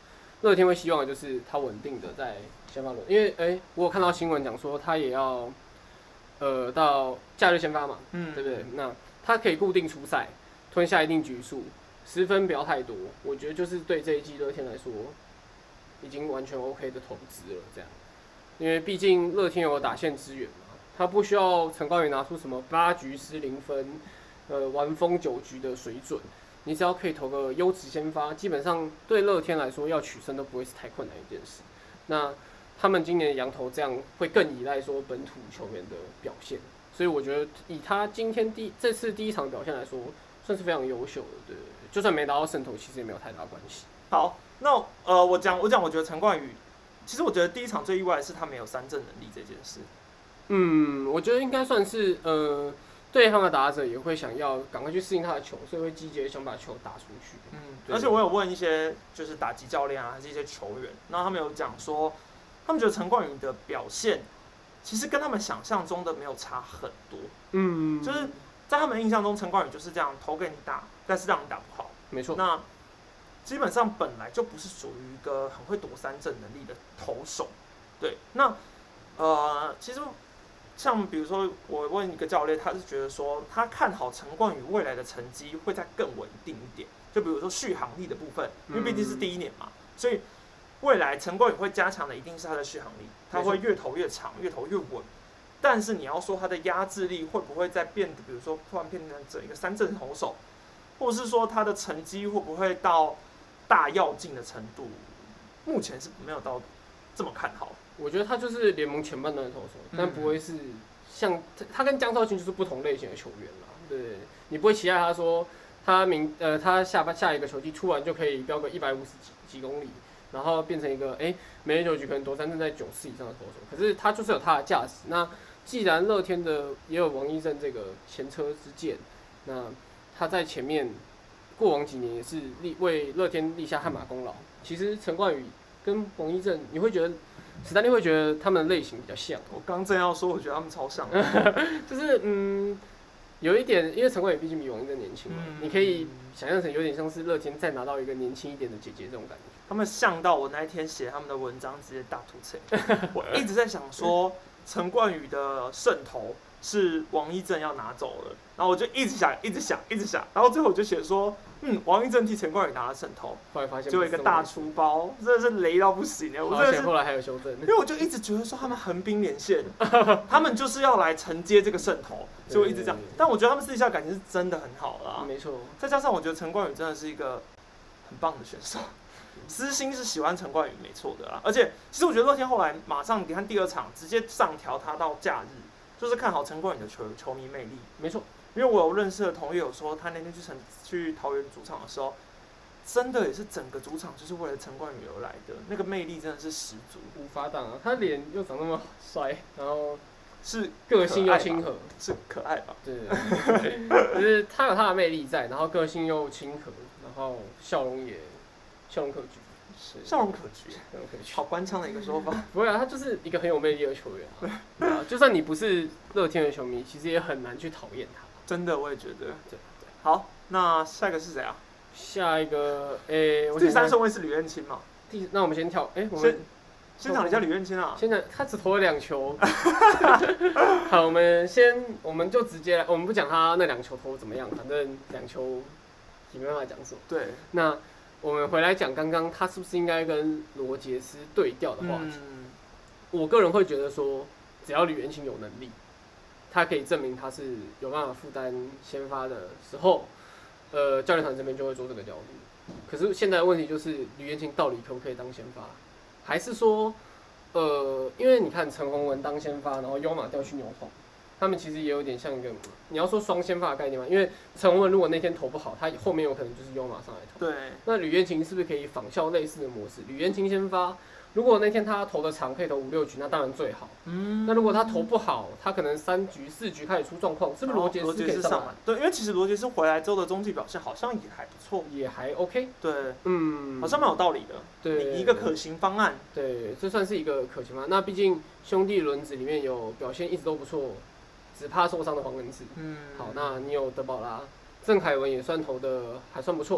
乐天会希望的就是他稳定的在先发轮，因为我有看到新闻讲说他也要到假日先发嘛，对不对？那他可以固定出赛，吞下一定局数，失分不要太多，我觉得就是对这一季乐天来说已经完全 OK 的投资了，这样，因为毕竟乐天有打线支援嘛，他不需要陈冠宇拿出什么8局失0分，完封9局的水准。你只要可以投个优质先发，基本上对乐天来说要取胜都不会是太困难一件事。那他们今年的洋投这样会更依赖说本土球员的表现，所以我觉得以他今天这次第一场表现来说，算是非常优秀的。对，就算没达到胜投，其实也没有太大关系。 好，那我讲，我觉得陈冠宇，其实我觉得第一场最意外的是他没有三振能力这件事。 我觉得应该算是对方的打者也会想要赶快去适应他的球，所以会积极想把球打出去。 而且我有问一些就是打击教练啊，还是一些球员，然后他们有讲说，他们觉得陈冠宇的表现其实跟他们想象中的没有差很多。就是在他们印象中，陈冠宇就是这样投给你打，但是让你打不好。 没错。 那基本上本来就不是属于一个很会夺三振能力的投手。对，那其实。像比如说，我问一个教练，他是觉得说他看好陈冠宇未来的成绩会再更稳定一点。就比如说续航力的部分，因为毕竟是第一年嘛，所以未来陈冠宇会加强的一定是他的续航力，他会越投越长，越投越稳。但是你要说他的压制力会不会再变得，比如说突然变成一个三振投手，或者是说他的成绩会不会到大跃进的程度，目前是没有到这么看好。 我觉得他就是联盟前半段的投手，但不会是像他跟江少庆就是不同类型的球员啦。对，你不会期待他说他下一个球季突然就可以飙个150几公里，然后变成一个每9局可能夺三振在94以上的投手。可是他就是有他的价值。那既然乐天的也有王一正这个前车之鉴，那他在前面过往几年也是为乐天立下汗马功劳。其实陈冠宇跟王一正，你会觉得？史丹利会觉得他们的类型比较像。 我刚正要说，我觉得他们超像， 就是有一点，因为陈冠宇毕竟比王一正年轻嘛，你可以想象成有点像是乐天再拿到一个年轻一点的姐姐这种感觉。 他们像到我那一天写他们的文章直接大吐槽。我一直在想说，陈冠宇的胜投是王一正要拿走了，然后我就一直想，然后最后我就写说。王一正替陈冠宇拿了胜投， 后来发现就有一个大出包，真的是雷到不行我真的是后来还有修正， 因为我就一直觉得说他们横滨连线，他们就是要来承接这个胜投，所以我一直这样。但我觉得他们私底下感情是真的很好啦， 没错。 再加上我觉得陈冠宇真的是一个很棒的选手，私心是喜欢陈冠宇没错的啦。而且其实我觉得乐天后来马上你看第2场直接上调他到假日，就是看好陈冠宇的球迷魅力， 没错。 因为我有认识的同业有说，他那天去桃园主场的时候，真的也是整个主场就是为了陈冠宇而来的，那个魅力真的是十足， 无法挡啊！他脸又长那么帅，然后是个性又亲和， 是可爱吧？ 对，就是他有他的魅力在，然后个性又亲和，然后笑容可掬。 笑容可掬，好官腔的一个说法。 不会啊，他就是一个很有魅力的球员啊。就算你不是乐天的球迷，其实也很难去讨厌他。 真的，我也觉得。对。好，那下一个是谁啊？ 下一个， 第3顺位是吕彦青嘛？ 那我们先跳，我们先讲一下吕彦青啊。 现在他只投了2球。好，我们就直接来，我们不讲他那2球投怎么样，反正2球也没办法讲什么。 对。 那我们回来讲刚刚他是不是应该跟罗杰斯对调的话题。我个人会觉得说，只要吕彦青有能力，他可以证明他是有办法负担先发的时候，教练团这边就会做这个调度。可是现在的问题就是，吕彦青到底可不可以当先发，还是说，因为你看陈宏文当先发，然后优马调去牛棚，他们其实也有点像一个，你要说双先发的概念嘛，因为陈宏文如果那天投不好，他后面有可能就是优马上来投。 对。 那吕彦青是不是可以仿效类似的模式？吕彦青先发。如果那天他投的长可以投5-6局，那当然最好。那如果他投不好，他可能3局4局开始出状况，是不是罗杰斯可以上来？ 对，因为其实罗杰斯回来之后的中继表现好像也还不错， 也还 OK。对， 好像蛮有道理的。对，一个可行方案。 对，这算是一个可行方案。那毕竟兄弟轮子里面有表现一直都不错，只怕受伤的黄恩赐。好，那你有德保拉，郑凯文也算投的还算不错。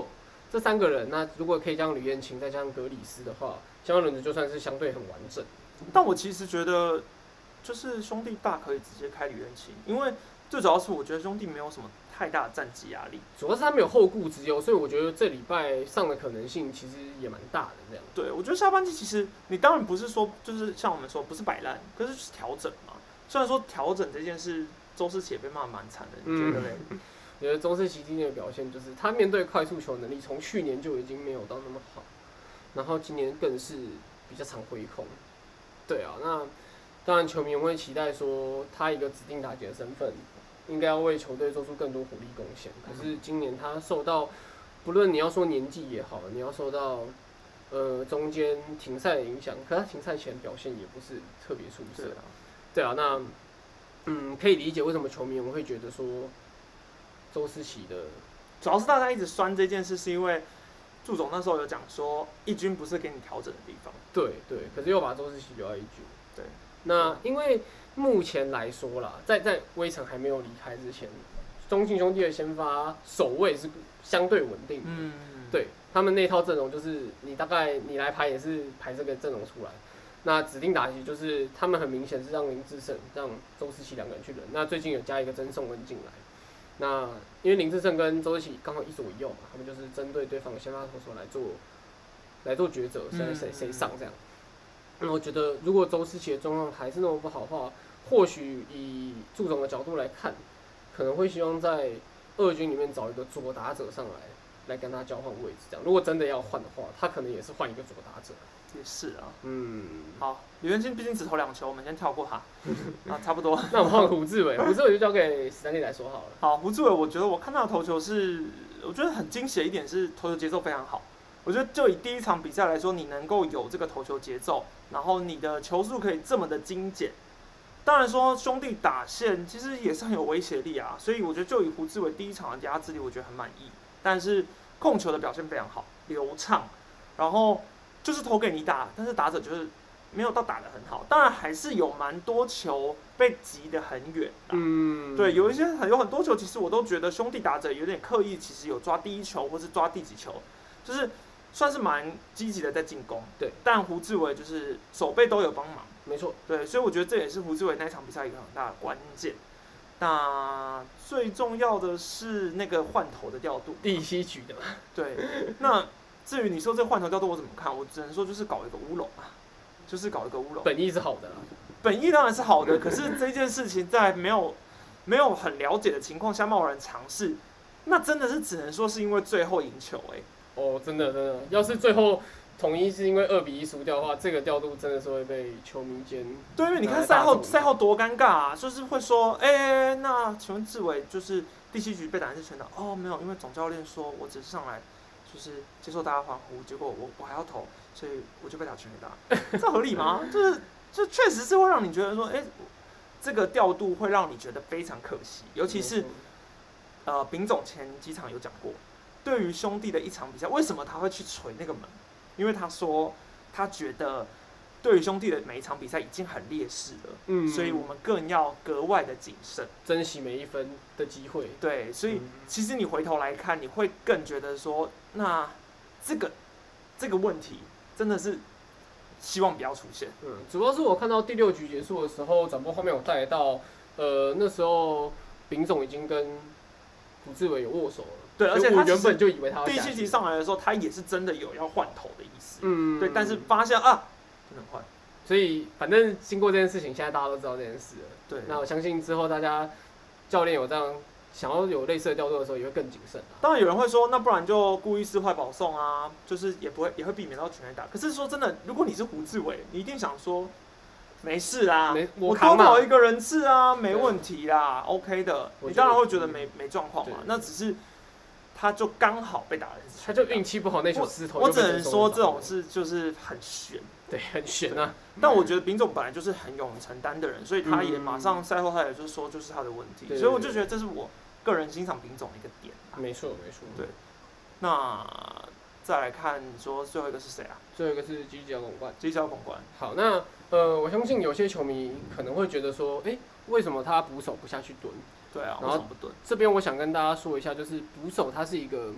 这3个人，那如果可以加上吕彦青，再加上格里斯的话，下半轮子就算是相对很完整。 但我其实觉得，就是兄弟大可以直接开吕彦青，因为最主要是我觉得兄弟没有什么太大的战绩压力， 主要是他没有后顾之忧，所以我觉得这礼拜上的可能性其实也蛮大的。这样， 对我觉得下半季其实你当然不是说就是像我们说不是摆烂，可是就是调整嘛。虽然说调整这件事，周思齐也被骂蛮惨的，你觉得嘞？ 我觉得周思齐今年的表现就是他面对快速球能力，从去年就已经没有到那么好，然后今年更是比较常挥空。对啊，那当然球迷会期待说他一个指定打击的身份，应该要为球队做出更多火力贡献。可是今年他受到，不论你要说年纪也好，你要受到中间停赛的影响，可他停赛前表现也不是特别出色。对啊，那可以理解为什么球迷们会觉得说周思齐的， 主要是大家一直酸这件事，是因为祝总那时候有讲说，一军不是给你调整的地方。 对，可是又把周思齐留在一军。 对， 那因为目前来说啦，在威城还没有离开之前，中信兄弟的先发守卫是相对稳定的。对他们那套阵容，就是你大概你来排也是排这个阵容出来。那指定打击就是他们很明显是让林志胜、让周思齐2个人去轮。那最近有加一个曾颂恩进来。那因为林志胜跟周思齐刚好一左一右嘛，他们就是针对对方的先发投手来做抉择，谁上这样。那我觉得如果周思齐的状况还是那么不好的话，或许以祝总的角度来看，可能会希望在2军里面找一个左打者上来跟他交换位置。这样，如果真的要换的话，他可能也是换一个左打者。 也是啊，好，吕彦青毕竟只投2球，我们先跳过他，啊，差不多。 那我们换胡志伟，胡志伟就交给史丹利来说好了。 好，胡志伟，我觉得我看他的投球是，我觉得很惊喜的一点是投球节奏非常好。我觉得就以第一场比赛来说，你能够有这个投球节奏，然后你的球速可以这么的精简，当然说兄弟打线其实也是很有威胁力啊，所以我觉得就以胡志伟第一场的压制力，我觉得很满意。但是控球的表现非常好，流畅，然后就是投给你打，但是打者就是没有到打得很好，当然还是有蛮多球被击得很远啦。对，有很多球，其实我都觉得兄弟打者有点刻意，其实有抓第1球或是抓第几球，就是算是蛮积极的在进攻。 对， 但胡志伟就是手背都有帮忙， 没错。 对，所以我觉得这也是胡志伟那场比赛一个很大的关键。那最重要的是那个换头的调度， 第7局的嘛。 对，那至于你说这个换头调度我怎么看，我只能说就是搞一个乌龙啊，就是搞一个乌龙。 本意是好的啦， 本意当然是好的，可是这件事情在没有很了解的情况下贸然尝试，那真的是只能说是因为最后赢球哦，真的，要是最后统一是因为2-1输掉的话，这个调度真的是会被球迷间。 对，因为你看赛后多尴尬啊，就是会说，那请问志伟就是第7局被打1次全打，哦，没有，因为总教练说我只是上来就是接受大家欢呼，结果我还要投，所以我就被打全垒打，这合理吗？就确实是会让你觉得说，这个调度会让你觉得非常可惜，尤其是丙总前几场有讲过，对于兄弟的一场比赛，为什么他会去捶那个门？因为他说他觉得对于兄弟的每一场比赛已经很劣势了，所以我们更要格外的谨慎， 珍惜每一分的机会。 对，所以其实你回头来看，你会更觉得说，那这个问题真的是希望不要出现。 主要是我看到第6局结束的时候，转播画面有带到，那时候丙总已经跟胡志伟有握手了。 对，而且他原本就以为他要第7局上来的时候，他也是真的有要换头的意思。对，但是发现不能换。 所以反正经过这件事情，现在大家都知道这件事了。 对， 那我相信之后大家教练有这样想要有类似的调度的时候，也会更谨慎。 当然有人会说，那不然就故意四坏保送啊，就是也会避免到全垒打。可是说真的，如果你是胡志伟，你一定想说，没事啦，我多跑一个人次啊，没问题啦 ，OK 的。你当然会觉得没状况嘛，那只是他就刚好被打了一次， 他就运气不好，那球失投。 我只能说这种事就是很悬。 对，很悬啊！ 但我觉得丙总本来就是很勇于承担的人，所以他也马上赛后他也就是说就是他的问题，所以我就觉得这是我个人欣赏丙总的一个点。 没错。 对，那再来看说最后一个是谁啊？ 最后一个是吉角拱冠。 吉角拱冠。 好，那我相信有些球迷可能会觉得说，为什么他捕手不下去蹲？ 对啊， 然后不蹲。这边我想跟大家说一下，就是捕手他是一个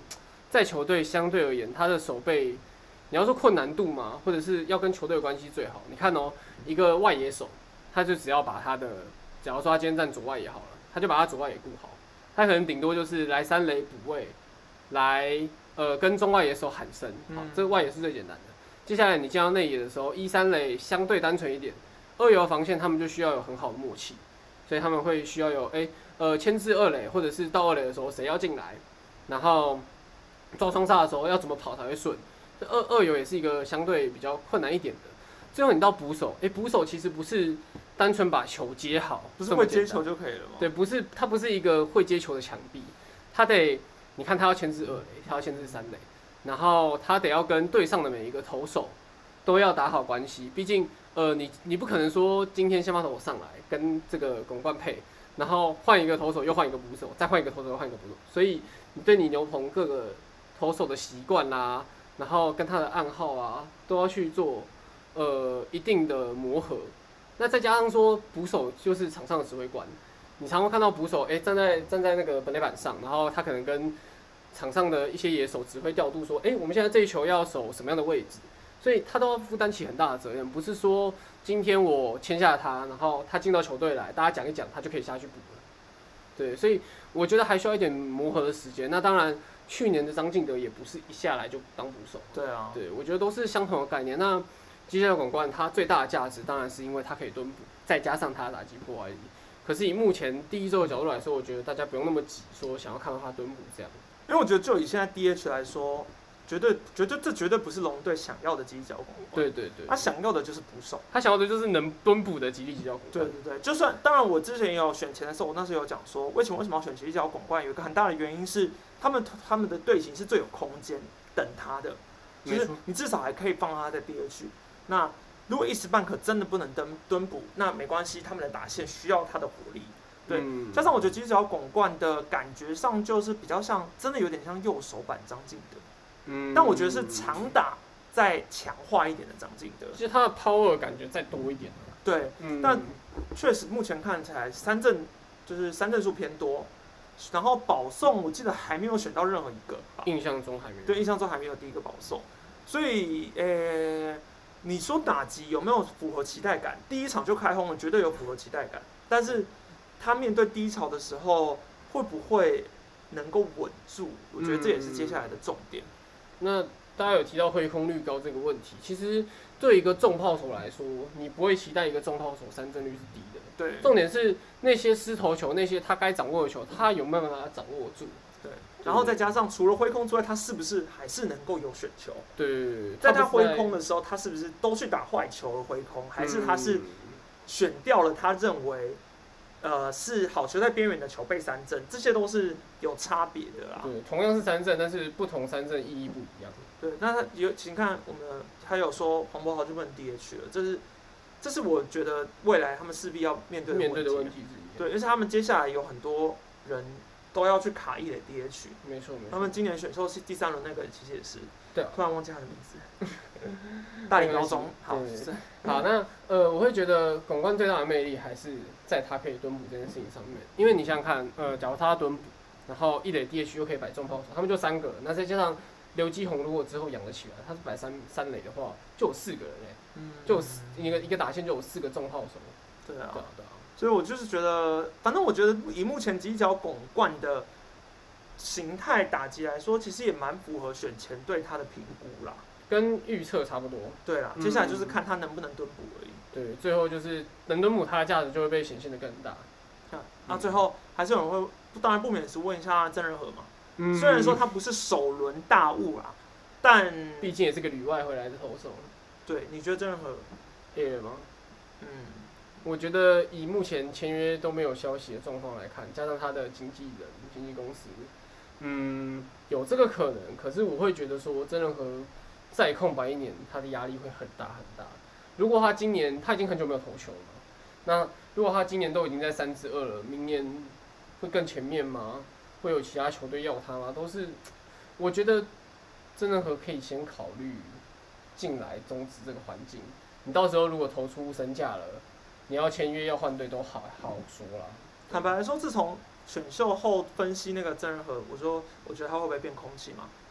在球队相对而言，他的守备，你要说困难度嘛，或者是要跟球队的关系最好。你看哦，一个外野手，他就只要把他的，假如说他今天站左外野好了，他就把他左外野顾好，他可能顶多就是来三垒补位，来跟中外野手喊声，好，这个外野是最简单的。接下来你进到内野的时候，一三垒相对单纯一点，二游防线他们就需要有很好的默契，所以他们会需要有牵制二垒，或者是到二垒的时候谁要进来，然后抓双杀的时候要怎么跑才会顺。二游也是一个相对比较困难一点的。最后你到捕手，捕手其实不是单纯把球接好， 不是会接球就可以了吗？ 对，不是，他不是一个会接球的墙壁，他得，你看他要牵制二垒，他要牵制三垒，然后他得要跟队上的每一个投手都要打好关系。毕竟，你不可能说今天先发投手上来跟这个拱冠配，然后换一个投手又换一个捕手，再换一个投手又换一个捕手，所以你对你牛棚各个投手的习惯啦，然后跟他的暗号啊，都要去做一定的磨合。那再加上说捕手就是场上的指挥官，你常会看到捕手站在那个本垒板上，然后他可能跟场上的一些野手指挥调度说，我们现在这一球要守什么样的位置，所以他都要负担起很大的责任，不是说今天我签下他，然后他进到球队来，大家讲一讲，他就可以下去补了。对，所以我觉得还需要一点磨合的时间。那当然，去年的张进德也不是一下来就当捕手。 对啊， 对，我觉得都是相同的概念。那机械管冠它最大的价值，当然是因为它可以蹲捕，再加上它的打击破坏力。可是以目前第一周的角度来说，我觉得大家不用那么急，说想要看到他蹲捕这样。 因为我觉得就以现在 DH 来说，这绝对不是龙队想要的犄角管冠。 对， 他想要的就是捕手， 他想要的就是能蹲捕的犄角管冠。 对，就算当然我之前也有选前的时候，我那时候有讲说，为什么要选犄角管冠，有一个很大的原因是他们的队形是最有空间等他的，就是你至少还可以放他在 DH。那如果一时半刻真的不能蹲捕，那没关系，他们的打线需要他的火力。对，加上我觉得犄角管冠的感觉上就是比较像，真的有点像右手版张进德，但我觉得是长打再强化一点的张进德， 其实他的 power 感觉再多一点。 对，但确实目前看起来三振数偏多，然后保送我记得还没有选到任何一个， 印象中还没有。 对，印象中还没有第一个保送，所以你说打击有没有符合期待感？第一场就开轰了，绝对有符合期待感。但是他面对低潮的时候，会不会能够稳住？我觉得这也是接下来的重点。 那大家有提到挥空率高这个问题，其实对一个重炮手来说，你不会期待一个重炮手三振率是低的。 对， 重点是那些失投球，那些他该掌握的球，他有没有办法掌握住？ 对，然后再加上除了挥空之外，他是不是还是能够有选球？ 对， 在他挥空的时候，他是不是都去打坏球而挥空，还是他是选掉了他认为是好球在边缘的球被三振？这些都是有差别的啦。 对，同样是三振，但是不同三振意义不一样。 对，那请看我们还有说黄博豪就不能 DH 了，这是我觉得未来他们势必要面对的问题之一。对，而且他们接下来有很多人都要去卡一垒 DH。 没错。 他们今年选秀是第3轮那个人，其实也是。 对。 突然忘记他的名字。大林高中。好， 那我会觉得广冠最大的魅力还是在他可以蹲捕这件事情上面，因为你想想看，假如他蹲捕，然后一垒 DH 又可以摆重炮手，他们就3个人，那再加上刘基宏如果之后养得起来，他是摆三垒的话，就有4个人就有一个打线就有4个重炮手。 对啊。所以我就是觉得，反正我觉得以目前犄角拱冠的形态打击来说，其实也蛮符合选前对他的评估啦， 跟预测差不多。 对啦，接下来就是看他能不能蹲捕而已。 对，最后就是能蹲捕，他的价值就会被显现得更大。 那最后还是有人会，当然不免是问一下郑仁和嘛。虽然说他不是首轮大物啦，但毕竟也是个旅外回来的投手。 对，你觉得郑仁和 A 了吗？我觉得以目前签约都没有消息的状况来看，加上他的经纪公司，有这个可能。可是我会觉得说，郑仁和再空白1年，他的压力会很大很大。如果他今年他已经很久没有投球了，那如果他今年都已经在3-2了，明年会更前面吗？会有其他球队要他吗？都是我觉得郑仁和可以先考虑进来中职这个环境。你到时候如果投出身价了，你要签约要换队都好说啦。 坦白来说，自从选秀后分析那个郑仁和，我觉得他会不会变空气嘛？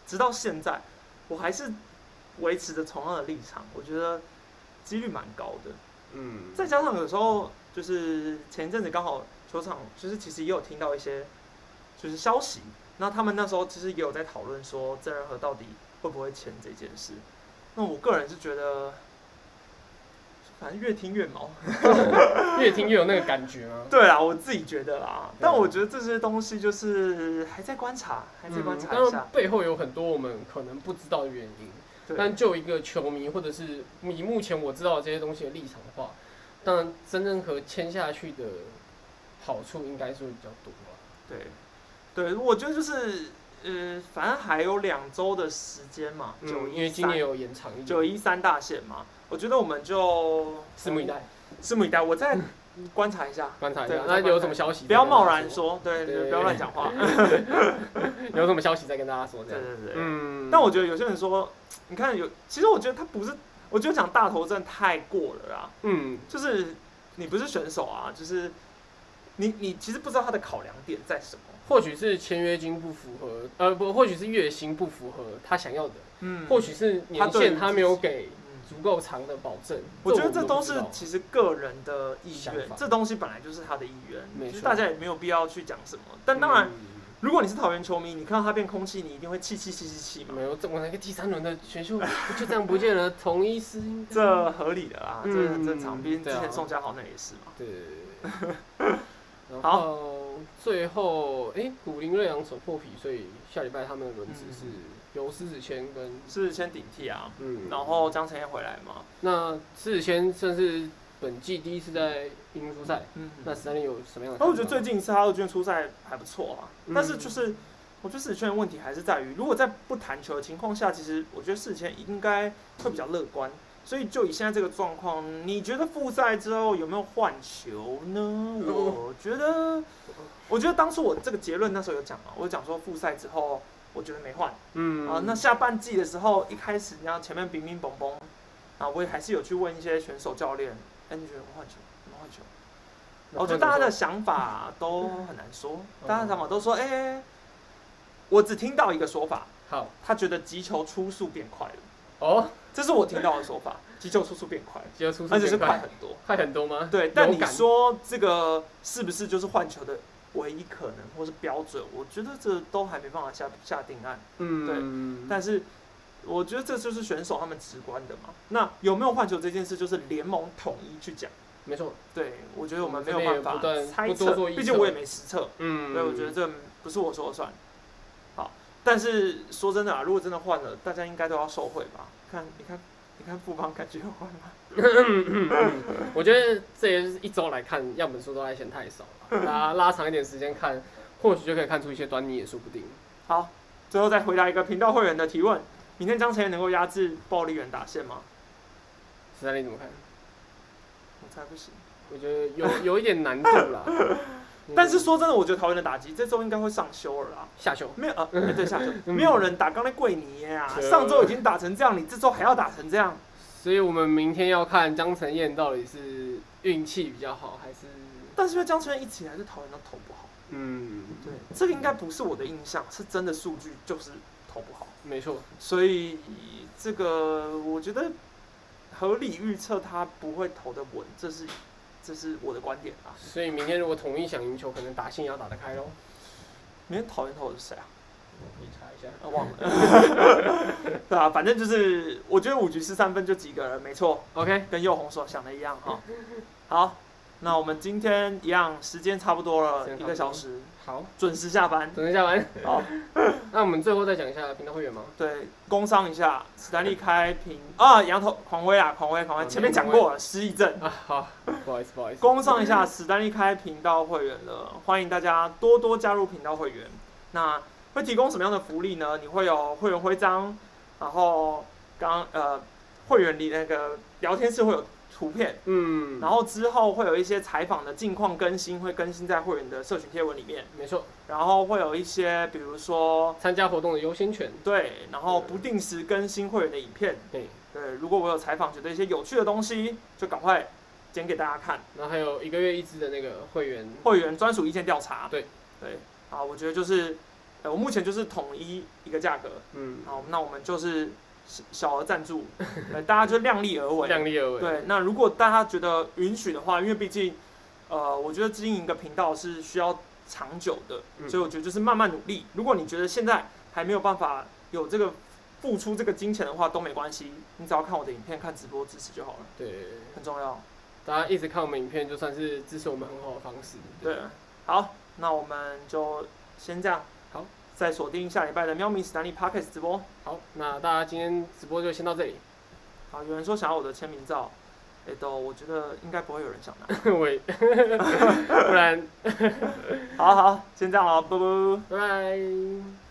直到现在，我还是维持着同样的立场，我觉得几率蛮高的。再加上有时候就是前一阵子刚好球场就是其实也有听到一些就是消息，那他们那时候其实也有在讨论说郑仁和到底会不会签这件事。那我个人是觉得，反正越听越毛， 越听越有那个感觉吗？ 对啊，我自己觉得啦。但我觉得这些东西就是还在观察，还在观察一下。 背后有很多我们可能不知道的原因。但就一个球迷，或者是以目前我知道的这些东西的立场的话，当然真正和签下去的好处应该是会比较多啦。 对，我觉得就是反正还有2周的时间嘛， 因为今年有延长一点 913大限嘛，我觉得我们就拭目以待， 拭目以待。我再观察一下， 那有什么消息不要贸然说，对，不要乱讲话。 有什么消息再跟大家说， 对。但我觉得有些人说，你看其实我觉得他不是，我觉得讲大头症太过了啦。就是你不是选手啊，就是你其实不知道他的考量点在什么。 或许是签约金不符合，或许是月薪不符合他想要的，或许是年限他没有给足够长的保证。 我觉得这都是其实个人的意愿，这东西本来就是他的意愿，其实大家也没有必要去讲什么。但当然，如果你是桃园球迷，你看到他变空气，你一定会气嘛。 没有，我那个第3轮的选秀就这样不见了，同一师这合理的啦，这很正常。毕竟之前宋家豪那也是嘛。 对。然后最后，古林瑞阳手破皮，所以下礼拜他们的轮值是由施子谦顶替啊。 然后张晨燕回来嘛。 那施子谦算是本季第一次在英英出赛。那史丹利有什么样的？ 我觉得最近是他二军出赛还不错啊，但是就是我觉得施子谦的问题还是在于，如果在不弹球的情况下，其实我觉得施子谦应该会比较乐观。所以就以现在这个状况，你觉得复赛之后有没有换球呢？我觉得当初我这个结论那时候有讲嘛，我讲说复赛之后，我觉得没换。那下半季的时候，一开始你要前面冰冰崩崩，啊，我也还是有去问一些选手教练，你觉得换球？怎么换球？我觉得大家的想法都很难说，大家的想法都说，我只听到一个说法， 好， 他觉得击球出速变快了。 哦， 这是我听到的说法，击球出速变快， 而且是快很多， 快很多吗？ 对，但你说这个是不是就是换球的唯一可能或是标准？我觉得这都还没办法下定案。对，但是我觉得这就是选手他们直观的嘛。那有没有换球这件事，就是联盟统一去讲。 没错， 对，我觉得我们没有办法猜测，毕竟我也没实测。对，我觉得这不是我说了算。好，但是说真的啊，如果真的换了，大家应该都要受惠吧？你看富邦感觉有换吗？ 我觉得这也是1周来看样本数都还嫌太少了，大家拉长一点时间看，或许就可以看出一些端倪，也说不定。 好，最后再回答一个频道会员的提问：明天张晨燕能够压制暴力员打线吗？ 史丹利怎么看？ 我猜不行， 我觉得有一点难度啦。 但是说真的，我觉得桃园的打击这周应该会上修了啦。 下修？ 没有对，下修。没有人打刚才桂尼啊，上周已经打成这样，你这周还要打成这样。 所以我们明天要看江承彦到底是运气比较好，还是…… 但是因为江承彦一直以来是桃园都投不好。对，这个应该不是我的印象，是真的数据就是投不好。 没错。 所以这个我觉得合理预测他不会投得稳，这是我的观点啊。 所以明天如果统一想赢球，可能打线也要打得开咯。 明天桃园投的是谁啊？ 你查一下， 忘了。对啊，反正就是我觉得5局13分就几个人，没错。 OK， 跟佑宏所想的一样哈。好，那我们今天一样，时间差不多了，1个小时。 好， 准时下班。好， 那我们最后再讲一下频道会员吗？ 对，工商一下，史丹利开屏啊，羊头狂威，前面讲过了，失忆症啊，好，不好意思。 工商一下，史丹利开频道会员了，欢迎大家多多加入频道会员。那会提供什么样的福利呢？你会有会员徽章，然后会员里那个聊天室会有图片，然后之后会有一些采访的近况更新，会更新在会员的社群贴文里面， 没错。 然后会有一些，比如说参加活动的优先权， 对，然后不定时更新会员的影片，对，如果我有采访觉得一些有趣的东西，就赶快剪给大家看。 然后还有1个月1支的那个会员专属意见调查，对，啊，我觉得就是我目前就是统一一个价格，好，那我们就是小额赞助，大家就量力而为， 量力而为。 对，那如果大家觉得允许的话，因为毕竟，我觉得经营一个频道是需要长久的，所以我觉得就是慢慢努力。如果你觉得现在还没有办法有这个付出这个金钱的话，都没关系，你只要看我的影片、看直播支持就好了。 对， 很重要。 大家一直看我们影片，就算是支持我们很好的方式。 对，好，那我们就先这样。 好， 再锁定下礼拜的喵咪史丹利 Podcast 直播。 好，那大家今天直播就先到这里。 好，有人说想要我的签名照，我觉得应该不会有人想拿。 不然， 好，先这样了，拜拜。 拜拜。